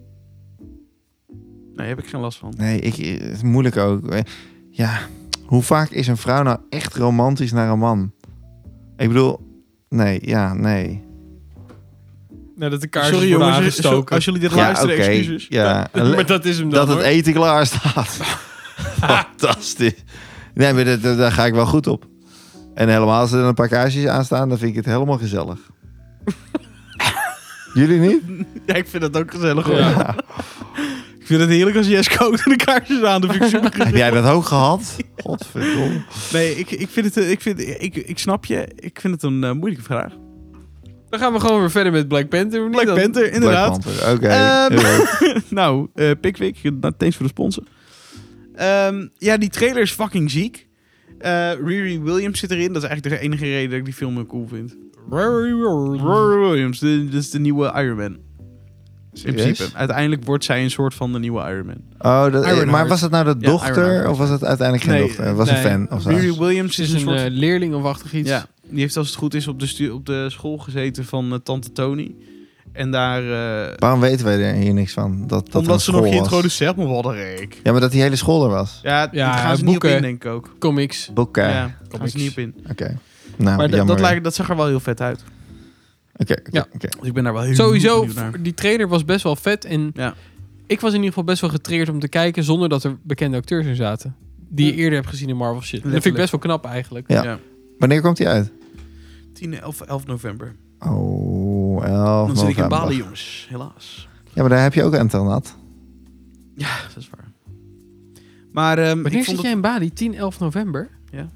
Nee, heb ik geen last van. nee, ik, het is moeilijk ook. Ja, hoe vaak is een vrouw nou echt romantisch naar een man? Ik bedoel, nee, ja, nee. Nou, dat de kaars Sorry worden jongens, aangestoken. als jullie dit Ja, luisteren, oké. excuses. Ja, maar dat is hem dan, dat het hoor. eten klaar staat. Fantastisch. Nee, maar dat- dat- daar ga ik wel goed op. En helemaal als er een paar kaarsjes aan staan, dan vind ik het helemaal gezellig. Jullie niet? Ja, ik vind dat ook gezellig hoor. Ja. vind het heerlijk als Jess kookt en de kaarsjes aan. Dat vind ik super. Heb jij dat ook gehad? Godverdomme. Nee, ik, ik vind het... Ik, vind, ik, ik snap je. Ik vind het een uh, moeilijke vraag. Dan gaan we gewoon weer verder met Black Panther. of niet Black dan? Panther, inderdaad. Black Panther, oké. Ehm, Heel leuk. nou, uh, Pickwick, thanks voor de sponsor. Um, ja, die trailer is fucking ziek. Uh, Riri Williams zit erin. Dat is eigenlijk de enige reden dat ik die film heel cool vind. Riri Williams, de, dat is de nieuwe Iron Man. In Serieus? principe. Uiteindelijk wordt zij een soort van de nieuwe Iron Man. Oh, dat, Ironheart. maar was het nou de Ja, dochter Ironheart. of was het uiteindelijk geen Nee, dochter? Het was nee. een fan of zo. Riri Williams Ze is is een een soort... uh, leerling of achtig iets. ja, die heeft als het goed is op de, stu- op de school gezeten van uh, tante Tony. En daar... Uh, Waarom weten wij er hier niks van? Dat, dat er een omdat ze nog school was? geïntroduceerd moet worden, Rick. Ja, maar dat die hele school er was. Ja, Ja, daar gaan ze niet op boeken. in, denk ik ook. Comics. Boeken. Ja, Oké. daar gaan ze niet op in. Nou, Maar d- jammer. dat, lijkt, dat zag er wel heel vet uit. Oké, oké, Ja. oké. Dus ik ben daar wel heel Sowieso, benieuwd naar. die trailer was best wel vet. En Ja. ik was in ieder geval best wel getriggerd om te kijken zonder dat er bekende acteurs in zaten. Die je Ja. eerder hebt gezien in Marvel shit. En dat vind ik Letterlijk. best wel knap eigenlijk. Ja. Ja. Wanneer komt die uit? tien, elf, elf november. Oh, elf Dan zit ik in november. Bali, jongens. Helaas. Ja, maar daar heb je ook internet. Ja, dat is waar. Maar um, Wanneer ik zit vond jij het... in Bali? tien, elf november?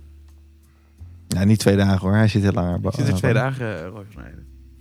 Ja, niet twee dagen hoor. Hij zit heel langer. Ik zit er twee dagen, uh, Roy van Heijden.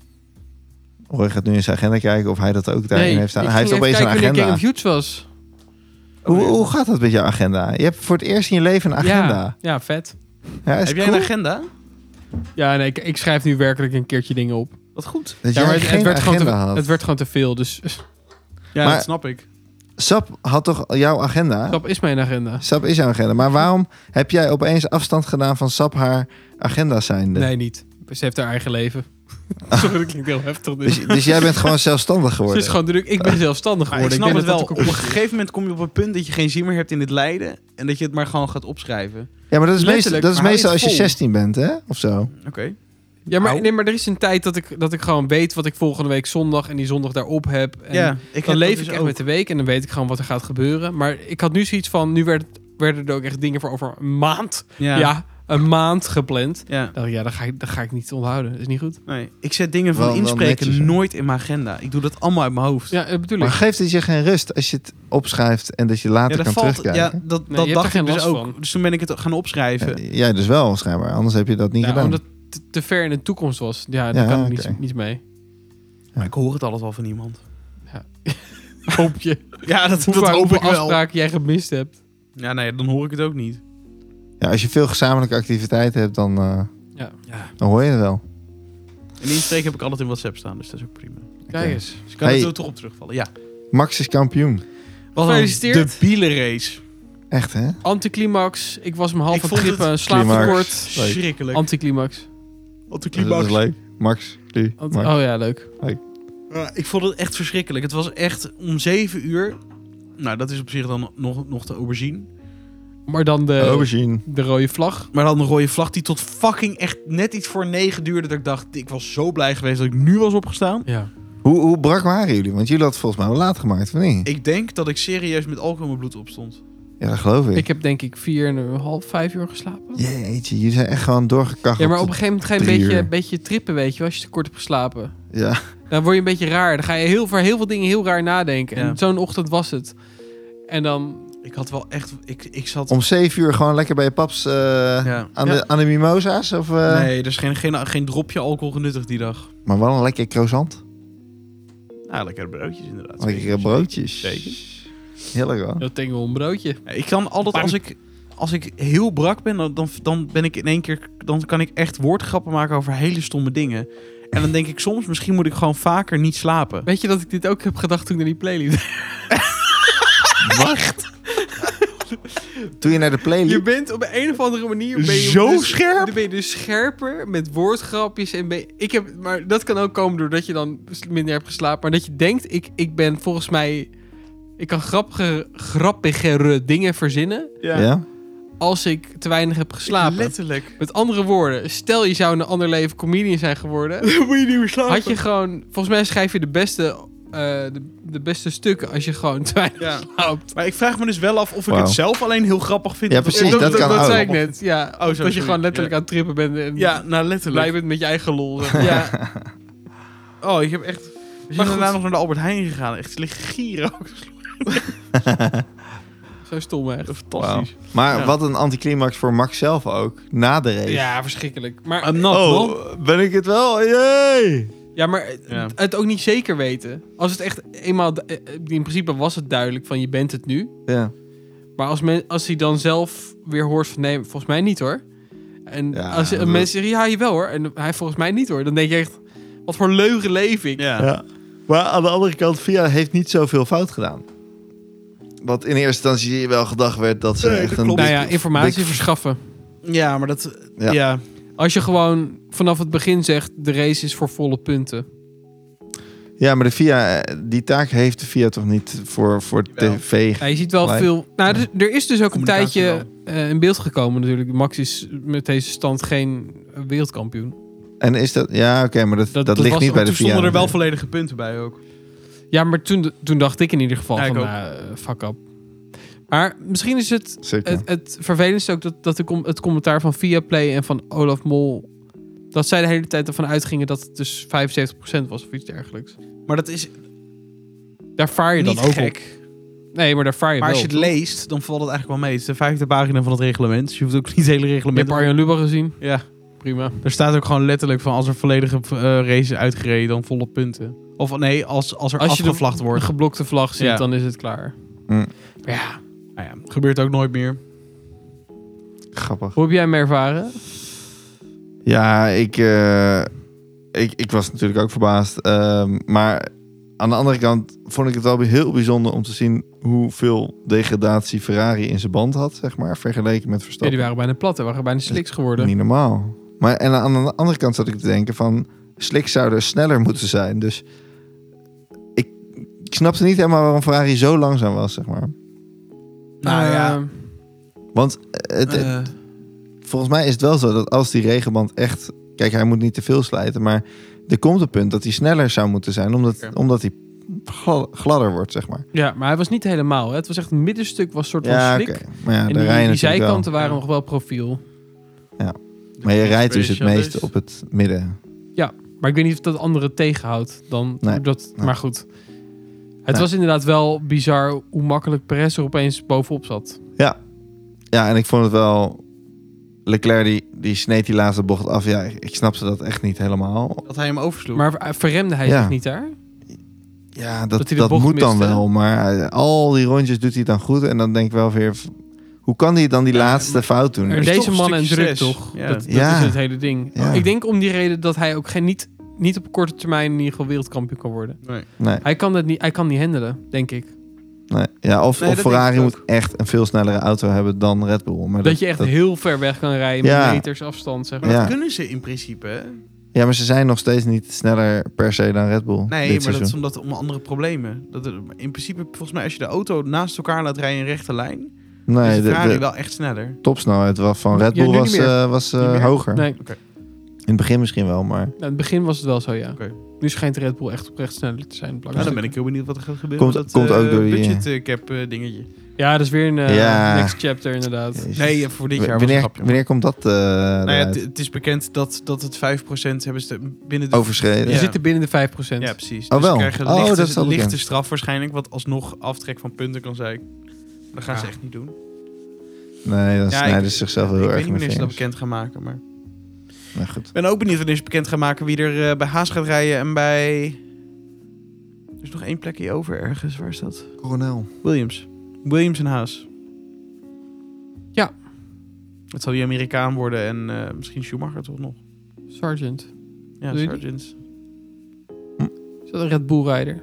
Roy gaat nu in zijn agenda kijken of hij dat ook daarin heeft staan. ik Hij heeft ging opeens even een kijken wanneer agenda. Game of Youth was. Hoe, hoe gaat dat met jouw agenda? Je hebt voor het eerst in je leven een agenda. Ja, ja vet. Ja, is Heb jij cool een agenda? Ja, nee, ik, ik schrijf nu werkelijk een keertje dingen op. Wat goed. dat Ja, jij maar het, geen het, werd gewoon agenda te, had. het werd gewoon te veel. Dus Ja, Maar- dat snap ik. Sap had toch jouw agenda? Sap is mijn agenda. Sap is jouw agenda. Maar waarom heb jij opeens afstand gedaan van Sap haar agenda zijnde? Nee, niet. Ze heeft haar eigen leven. Sorry, dat klinkt heel heftig. Dus. Dus, dus jij bent gewoon zelfstandig Ze geworden? is gewoon druk. Ik ben zelfstandig Maar ik geworden. snap het denk wel. dat Op dat een ook gegeven moment kom je op een punt dat je geen zin meer hebt in het lijden. En dat je het maar gewoon gaat opschrijven. Ja, maar dat is, meestal, Letterlijk, dat is maar hou je meestal het als je vol? zestien bent, hè? Of zo. Oké. Ja, maar, Nou. nee, maar er is een tijd dat ik, dat ik gewoon weet wat ik volgende week zondag en die zondag daarop heb. En Ja, ik dan heb leef dat ik dus echt ook. met de week en dan weet ik gewoon wat er gaat gebeuren. Maar ik had nu zoiets van, nu werd, werden er ook echt dingen voor over een maand. Ja, Ja. een maand gepland. ja. Dan dacht ik, ja, dat ga ik, dat ga ik niet onthouden. Dat is niet goed. Nee, ik zet dingen van Wel- wel inspreken netjes, hè? nooit in mijn agenda. Ik doe dat allemaal uit mijn hoofd. Ja, dat bedoel Maar ik. geeft het je geen rust als je het opschrijft en dat je later Ja, dat kan valt. terugkijken? Ja, dat, Nee, dat je hebt dacht er ik geen dus last ook. van. Dus toen ben ik het gaan opschrijven. Ja, jij dus wel, schijnbaar. Anders heb je dat niet Ja, gedaan. omdat het te, te ver in de toekomst was. Ja, daar Ja, kan ik oké. niet, niet mee. Maar ik hoor het altijd wel van iemand. Hoop je. Ja, dat, Hoe dat vaak hoop hoeveel ik wel. afspraken jij gemist hebt. Ja, nee, dan hoor ik het ook niet. Ja, als je veel gezamenlijke activiteiten hebt, dan, eh, Ja, Ja. dan hoor je het wel. En inspreken heb ik altijd in WhatsApp staan, dus dat is ook prima. kijk Oké. eens. Dus ik kan Hey. er zo toch op terugvallen. Ja. Max is kampioen. Wat Gefeliciteerd. De bielenrace. Echt, hè? Anticlimax. Ik was me half Ik aan vond het trippen. het- Slaaptekort. Climax. Leuk. Schrikkelijk. Anticlimax. Dat is leuk. Max. Die, Ant- Max. oh ja, leuk. Ja, ik vond het echt verschrikkelijk. Het was echt om zeven uur. Nou, dat is op zich dan nog, nog te overzien. Maar dan de, Aubergine. de rode vlag. Maar dan een rode vlag die tot fucking echt net iets voor negen duurde. Dat ik dacht, ik was zo blij geweest dat ik nu was opgestaan. Ja. Hoe, hoe brak waren jullie? Want jullie hadden volgens mij wel laat gemaakt, of niet? Ik denk dat ik serieus met alcohol in mijn bloed opstond. Ja, dat geloof ik. Ik heb denk ik vier en een half, vijf uur geslapen. Jeetje, jullie zijn echt gewoon doorgekacheld. Ja, maar op een gegeven moment ga je een drie beetje, uur. een beetje trippen, weet je wel, als je te kort hebt geslapen. Ja. Dan word je een beetje raar. Dan ga je heel, voor heel veel dingen heel raar nadenken. Ja. En zo'n ochtend was het. En dan... Ik had wel echt... Ik, ik zat... Om zeven uur gewoon lekker bij je paps eh, Ja. aan, Ja. de, aan de mimosa's? Of, eh? Nee, er is geen, geen, geen dropje alcohol genuttigd die dag. Maar wel een lekker croissant. Nou, lekkere broodjes inderdaad. Lekkere Zeker. broodjes. Zeker. Heerlijk hoor. Dat denk ik wel een broodje. Ja, ik kan altijd, als ik, als ik heel brak ben, dan, dan, dan ben ik in één keer... Dan kan ik echt woordgrappen maken over hele stomme dingen. En dan denk ik soms, misschien moet ik gewoon vaker niet slapen. Weet je dat ik dit ook heb gedacht toen ik naar die play liep? Wacht. Toen je naar de play Je liep. bent op een of andere manier... Ben je Zo dus, scherp? Dan ben je dus scherper met woordgrapjes. En ben je- ik heb, maar dat kan ook komen doordat je dan minder hebt geslapen. Maar dat je denkt, ik, ik ben volgens mij... Ik kan grappige, grappigere dingen verzinnen Ja. als ik te weinig heb geslapen. Letterlijk. Met andere woorden, stel je zou in een ander leven comedian zijn geworden... Dan moet je niet meer slapen. had je gewoon... Volgens mij schrijf je de beste, eh, de, de beste stukken als je gewoon te weinig Ja. slaapt. Maar ik vraag me dus wel af of ik Wauw. het zelf alleen heel grappig vind. Ja, of dat- precies, of dat kan dat ook. zei ik net. Ja, Oh, zo, dat je sorry. gewoon letterlijk Ja. aan het trippen bent en Ja, nou letterlijk. blij bent met je eigen lol. zeg maar. Ja. Oh, ik heb echt... We zijn goed. daarna nog naar de Albert Heijn gegaan. Echt liggen gieren ook. Zo stom echt. Fantastisch. Wow. Maar Ja. wat een anticlimax voor Max zelf ook. Na de race. Ja, verschrikkelijk. Maar, I'm not, man. Oh, ben ik het wel? Jee! ja, maar Ja. het ook niet zeker weten. Als het echt eenmaal... In principe was het duidelijk van je bent het nu. Ja. Maar als, men, als hij dan zelf weer hoort van nee, volgens mij niet hoor. En Ja, als dat- mensen zeggen ja, jawel hoor. En hij volgens mij niet hoor. Dan denk je echt, wat voor leugen leef ik. Ja. Ja. Maar aan de andere kant, Via heeft niet zoveel fout gedaan. Wat in eerste instantie wel gedacht werd dat ze Nee, echt dat een... klopt. Nou ja, big- informatie big- verschaffen. Ja, maar dat... Ja. Ja. Als je gewoon vanaf het begin zegt, de race is voor volle punten. Ja, maar de Via, die taak heeft de Via toch niet voor, voor Jawel. tv. Ja, je ziet wel Gelijk. veel... Nou, er, er is dus ook een Communicatie tijdje eh, in beeld gekomen natuurlijk. Max is met deze stand geen eh, wereldkampioen. En is dat... Ja, oké, maar dat, dat, dat ligt was niet ook bij de Toen Via. stonden er wel volledige punten bij ook. Ja, maar toen, toen dacht ik in ieder geval Ja, ik van, ook. nou, eh, fuck up. Maar misschien is het Zeker. Het, het vervelendste ook dat, dat de com- het commentaar van Viaplay en van Olaf Mol... dat zij de hele tijd ervan uitgingen dat het dus vijfenzeventig procent was of iets dergelijks. Maar dat is Daar vaar je dan niet ook gek. op. Nee, maar daar vaar je Maar wel als je het op, toch? leest, dan valt het eigenlijk wel mee. Het is de vijfde pagina van het reglement. Dus je hoeft ook niet het hele Je reglement... hebt Arjan Lubach gezien. Ja, Prima. er staat ook gewoon letterlijk van als er volledige uh, race is uitgereden, dan volle punten. Of nee, als, als er Als je de, afgevlacht een wordt. geblokte vlag ziet, Ja. dan is het klaar. Mm, Maar ja, Nou ja, gebeurt ook nooit meer. grappig. hoe heb jij hem ervaren? Ja, ik, eh, ik, ik was natuurlijk ook verbaasd. Ehm, maar aan de andere kant vond ik het wel heel bijzonder om te zien hoeveel degradatie Ferrari in zijn band had, zeg maar, vergeleken met Ja, Verstappen. die waren bijna plat, hè, waren bijna sliks geworden. Niet normaal. Maar en aan de andere kant zat ik te denken van, slicks zouden sneller moeten zijn. Dus ik, ik snapte niet helemaal waarom Ferrari zo langzaam was, zeg maar. Nou ja. Eh, Want het, het- Eh, volgens mij is het wel zo dat als die regenband echt... Kijk, hij moet niet te veel slijten, maar er komt een punt dat hij sneller zou moeten zijn, omdat, Oké. omdat hij gla- gladder wordt, zeg maar. ja, maar hij was niet helemaal. Hè. Het was echt een middenstuk, was een soort van Ja, slik. oké. Maar ja, En daar die, rij je die natuurlijk zijkanten wel. waren Ja. nog wel profiel. Maar je rijdt dus het Specialist. meeste op het midden. Maar ik weet niet of dat anderen tegenhoudt. Dan Nee. dat, Nee. Maar goed. Het Nee. was inderdaad wel bizar hoe makkelijk Perez er opeens bovenop zat. Ja, en ik vond het wel... Leclerc, die, die sneed die laatste bocht af. Ja, ik, ik snapte dat echt niet helemaal. dat hij hem oversloeg. Maar ver- verremde hij Ja. zich niet daar? Ja, dat, Dat dat, hij de bocht moet dan miste. wel. Maar eh, al die rondjes doet hij dan goed. En dan denk ik wel weer... Hoe kan hij dan die Ja, laatste maar- fout doen? Er is Deze toch een man en stukje druk stress. toch? Ja. Dat, dat Ja. is het hele ding. Ja. Ik denk om die reden dat hij ook geen, niet, niet op korte termijn in ieder geval wereldkampioen kan worden. Nee. Nee, Hij kan dat niet, hij kan niet handelen, denk ik. nee. Ja, of, Nee, of dat Ferrari denk ik moet echt een veel snellere auto hebben dan Red Bull. Maar Dat, je echt heel ver weg kan rijden Ja. met meters afstand, zeg maar. Maar Ja. dat kunnen ze in principe. Hè? Ja, maar ze zijn nog steeds niet sneller per se dan Red Bull. Nee, dit maar dat seizoen. is omdat om andere problemen. Dat er, in principe, volgens mij, als je de auto naast elkaar laat rijden in rechte lijn, is Nee, de de, Ferrari de wel echt sneller. topsnelheid wa- van Red Ja, Bull nu was, niet meer. eh, was eh, Niet meer? hoger. Nee, In het begin misschien wel, maar... nou, in het begin was het wel zo, ja. Oké. Nu schijnt Red Bull echt oprecht sneller te zijn. Nou, blijkbaar. dan ben ik heel benieuwd wat er gaat gebeuren. Komt- met dat, komt eh, ook door die- budget eh, cap eh, dingetje. Ja, dat is weer een eh, Ja. next chapter inderdaad. Jezus. Nee, eh, voor dit jaar was wanneer, een grapje. wanneer komt dat eh Nou ja, eruit? het, het is bekend dat, dat het vijf procent hebben ze binnen de... Overschreden? We Ja. zitten binnen de vijf procent. Ja, precies. Oh, dus wel. ze krijgen Oh, lichte, dat is al lichte bekend. straf waarschijnlijk, wat alsnog aftrek van punten kan zijn. Dat gaan ze Ja. echt niet doen. Nee, dan Ja, snijden ik- ze zichzelf heel ik erg weet niet in de wanneer ze dat vingers. bekend gaan maken, maar... Nou, goed. Ik ben ook benieuwd wanneer ze bekend gaan maken wie er eh, bij Haas gaat rijden en bij... Er is nog één plekje over ergens. Waar is dat? Coronel. Williams. Williams en Haas. Ja. Het zal die Amerikaan worden en eh, misschien Schumacher toch nog. Sergeant. Ja, Doe je die? Sargent. Is dat een Red Bull rijder?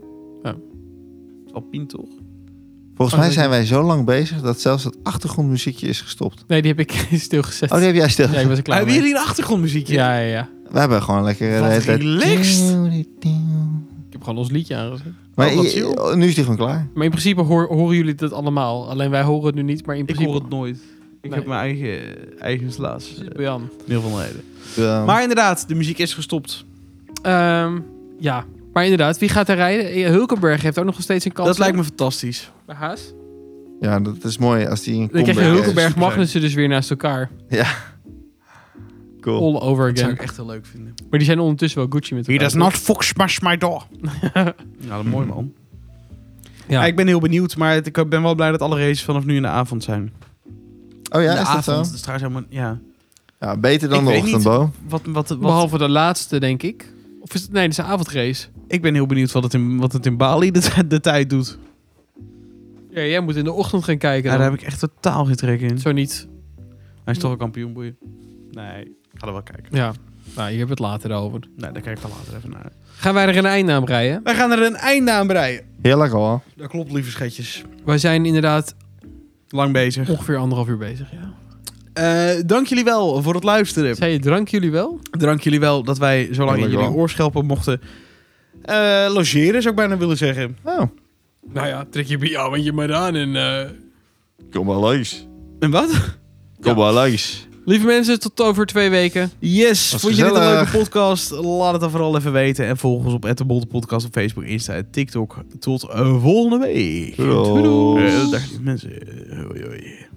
Alpine toch? Volgens Oh, mij weet zijn ik. wij zo lang bezig dat zelfs het achtergrondmuziekje is gestopt. Nee, die heb ik stilgezet. Oh, die heb jij stil. Ja, ik was er klaar Hebben mee. jullie een achtergrondmuziekje? Ja, ja, ja. We hebben gewoon lekker... eh, Wat de hele tijd- relaxed. Ik heb gewoon ons liedje aangezet. Maar Oh, wat je- chill. oh, nu is die gewoon klaar. Maar in principe hoor- horen jullie dat allemaal. Alleen wij horen het nu niet, maar in Ik principe... hoor het nooit. Ik Nee. heb mijn eigen, eigen slaas. Super Jan. Heel van reden. Ja. Maar inderdaad, de muziek is gestopt. Ehm, ja, maar inderdaad, wie gaat er rijden? Eh, Hulkenberg heeft ook nog steeds een kans. Dat lijkt hè? me fantastisch. Bij Haas. ja, dat is mooi als die een Dan krijg je comeback Hulkenberg super Magnussen dus weer naast elkaar. heeft. Ja. Cool. All over Dat zou again. ik echt heel leuk vinden. Maar die zijn ondertussen wel Gucci met He elkaar. does not fuck smash my door. Ja, dat is mooi man. Ja, ik ben heel benieuwd, maar het, ik ben wel blij dat alle races vanaf nu in de avond zijn. Oh ja, in de is avond, dat zo? is trouwens helemaal, ja. Ja, beter dan Ik de weet niet. ochtendbo. Wat, wat, wat, Behalve de laatste, denk ik. Of is het... Nee, dat is een avondrace. Ik ben heel benieuwd wat het in, wat het in Bali de, de tijd doet. Ja, jij moet in de ochtend gaan kijken. Ja, dan. daar heb ik echt totaal geen trek in. Zo niet. Hij is toch een kampioen, boeien. Nee, ik ga er wel kijken. Ja. Nou, hier hebben we het later over. Nee, daar kijk ik dan later even naar. Gaan wij er een einde aan breien? Wij gaan er een einde aan breien. Heerlijk hoor. Dat klopt, lieve schetjes. Wij zijn inderdaad Lang bezig. ongeveer anderhalf uur bezig, ja. Uh, dank jullie wel voor het luisteren. Zei je drank jullie wel? Dank jullie wel dat wij zo lang in Heerlijk jullie wel. oorschelpen mochten uh, logeren, zou ik bijna willen zeggen. Oh, Nou ja, trek je pyjamaatje maar aan en... Uh... kom maar langs. En wat? Kom maar langs. Lieve mensen, tot over twee weken. Yes, Was vond je dit een gezellig. leuke podcast? Laat het dan vooral even weten. En volg ons op at de bolte podcast op Facebook, Insta en TikTok. Tot uh, volgende week. Doei. Uh, dag mensen. Hoi hoi.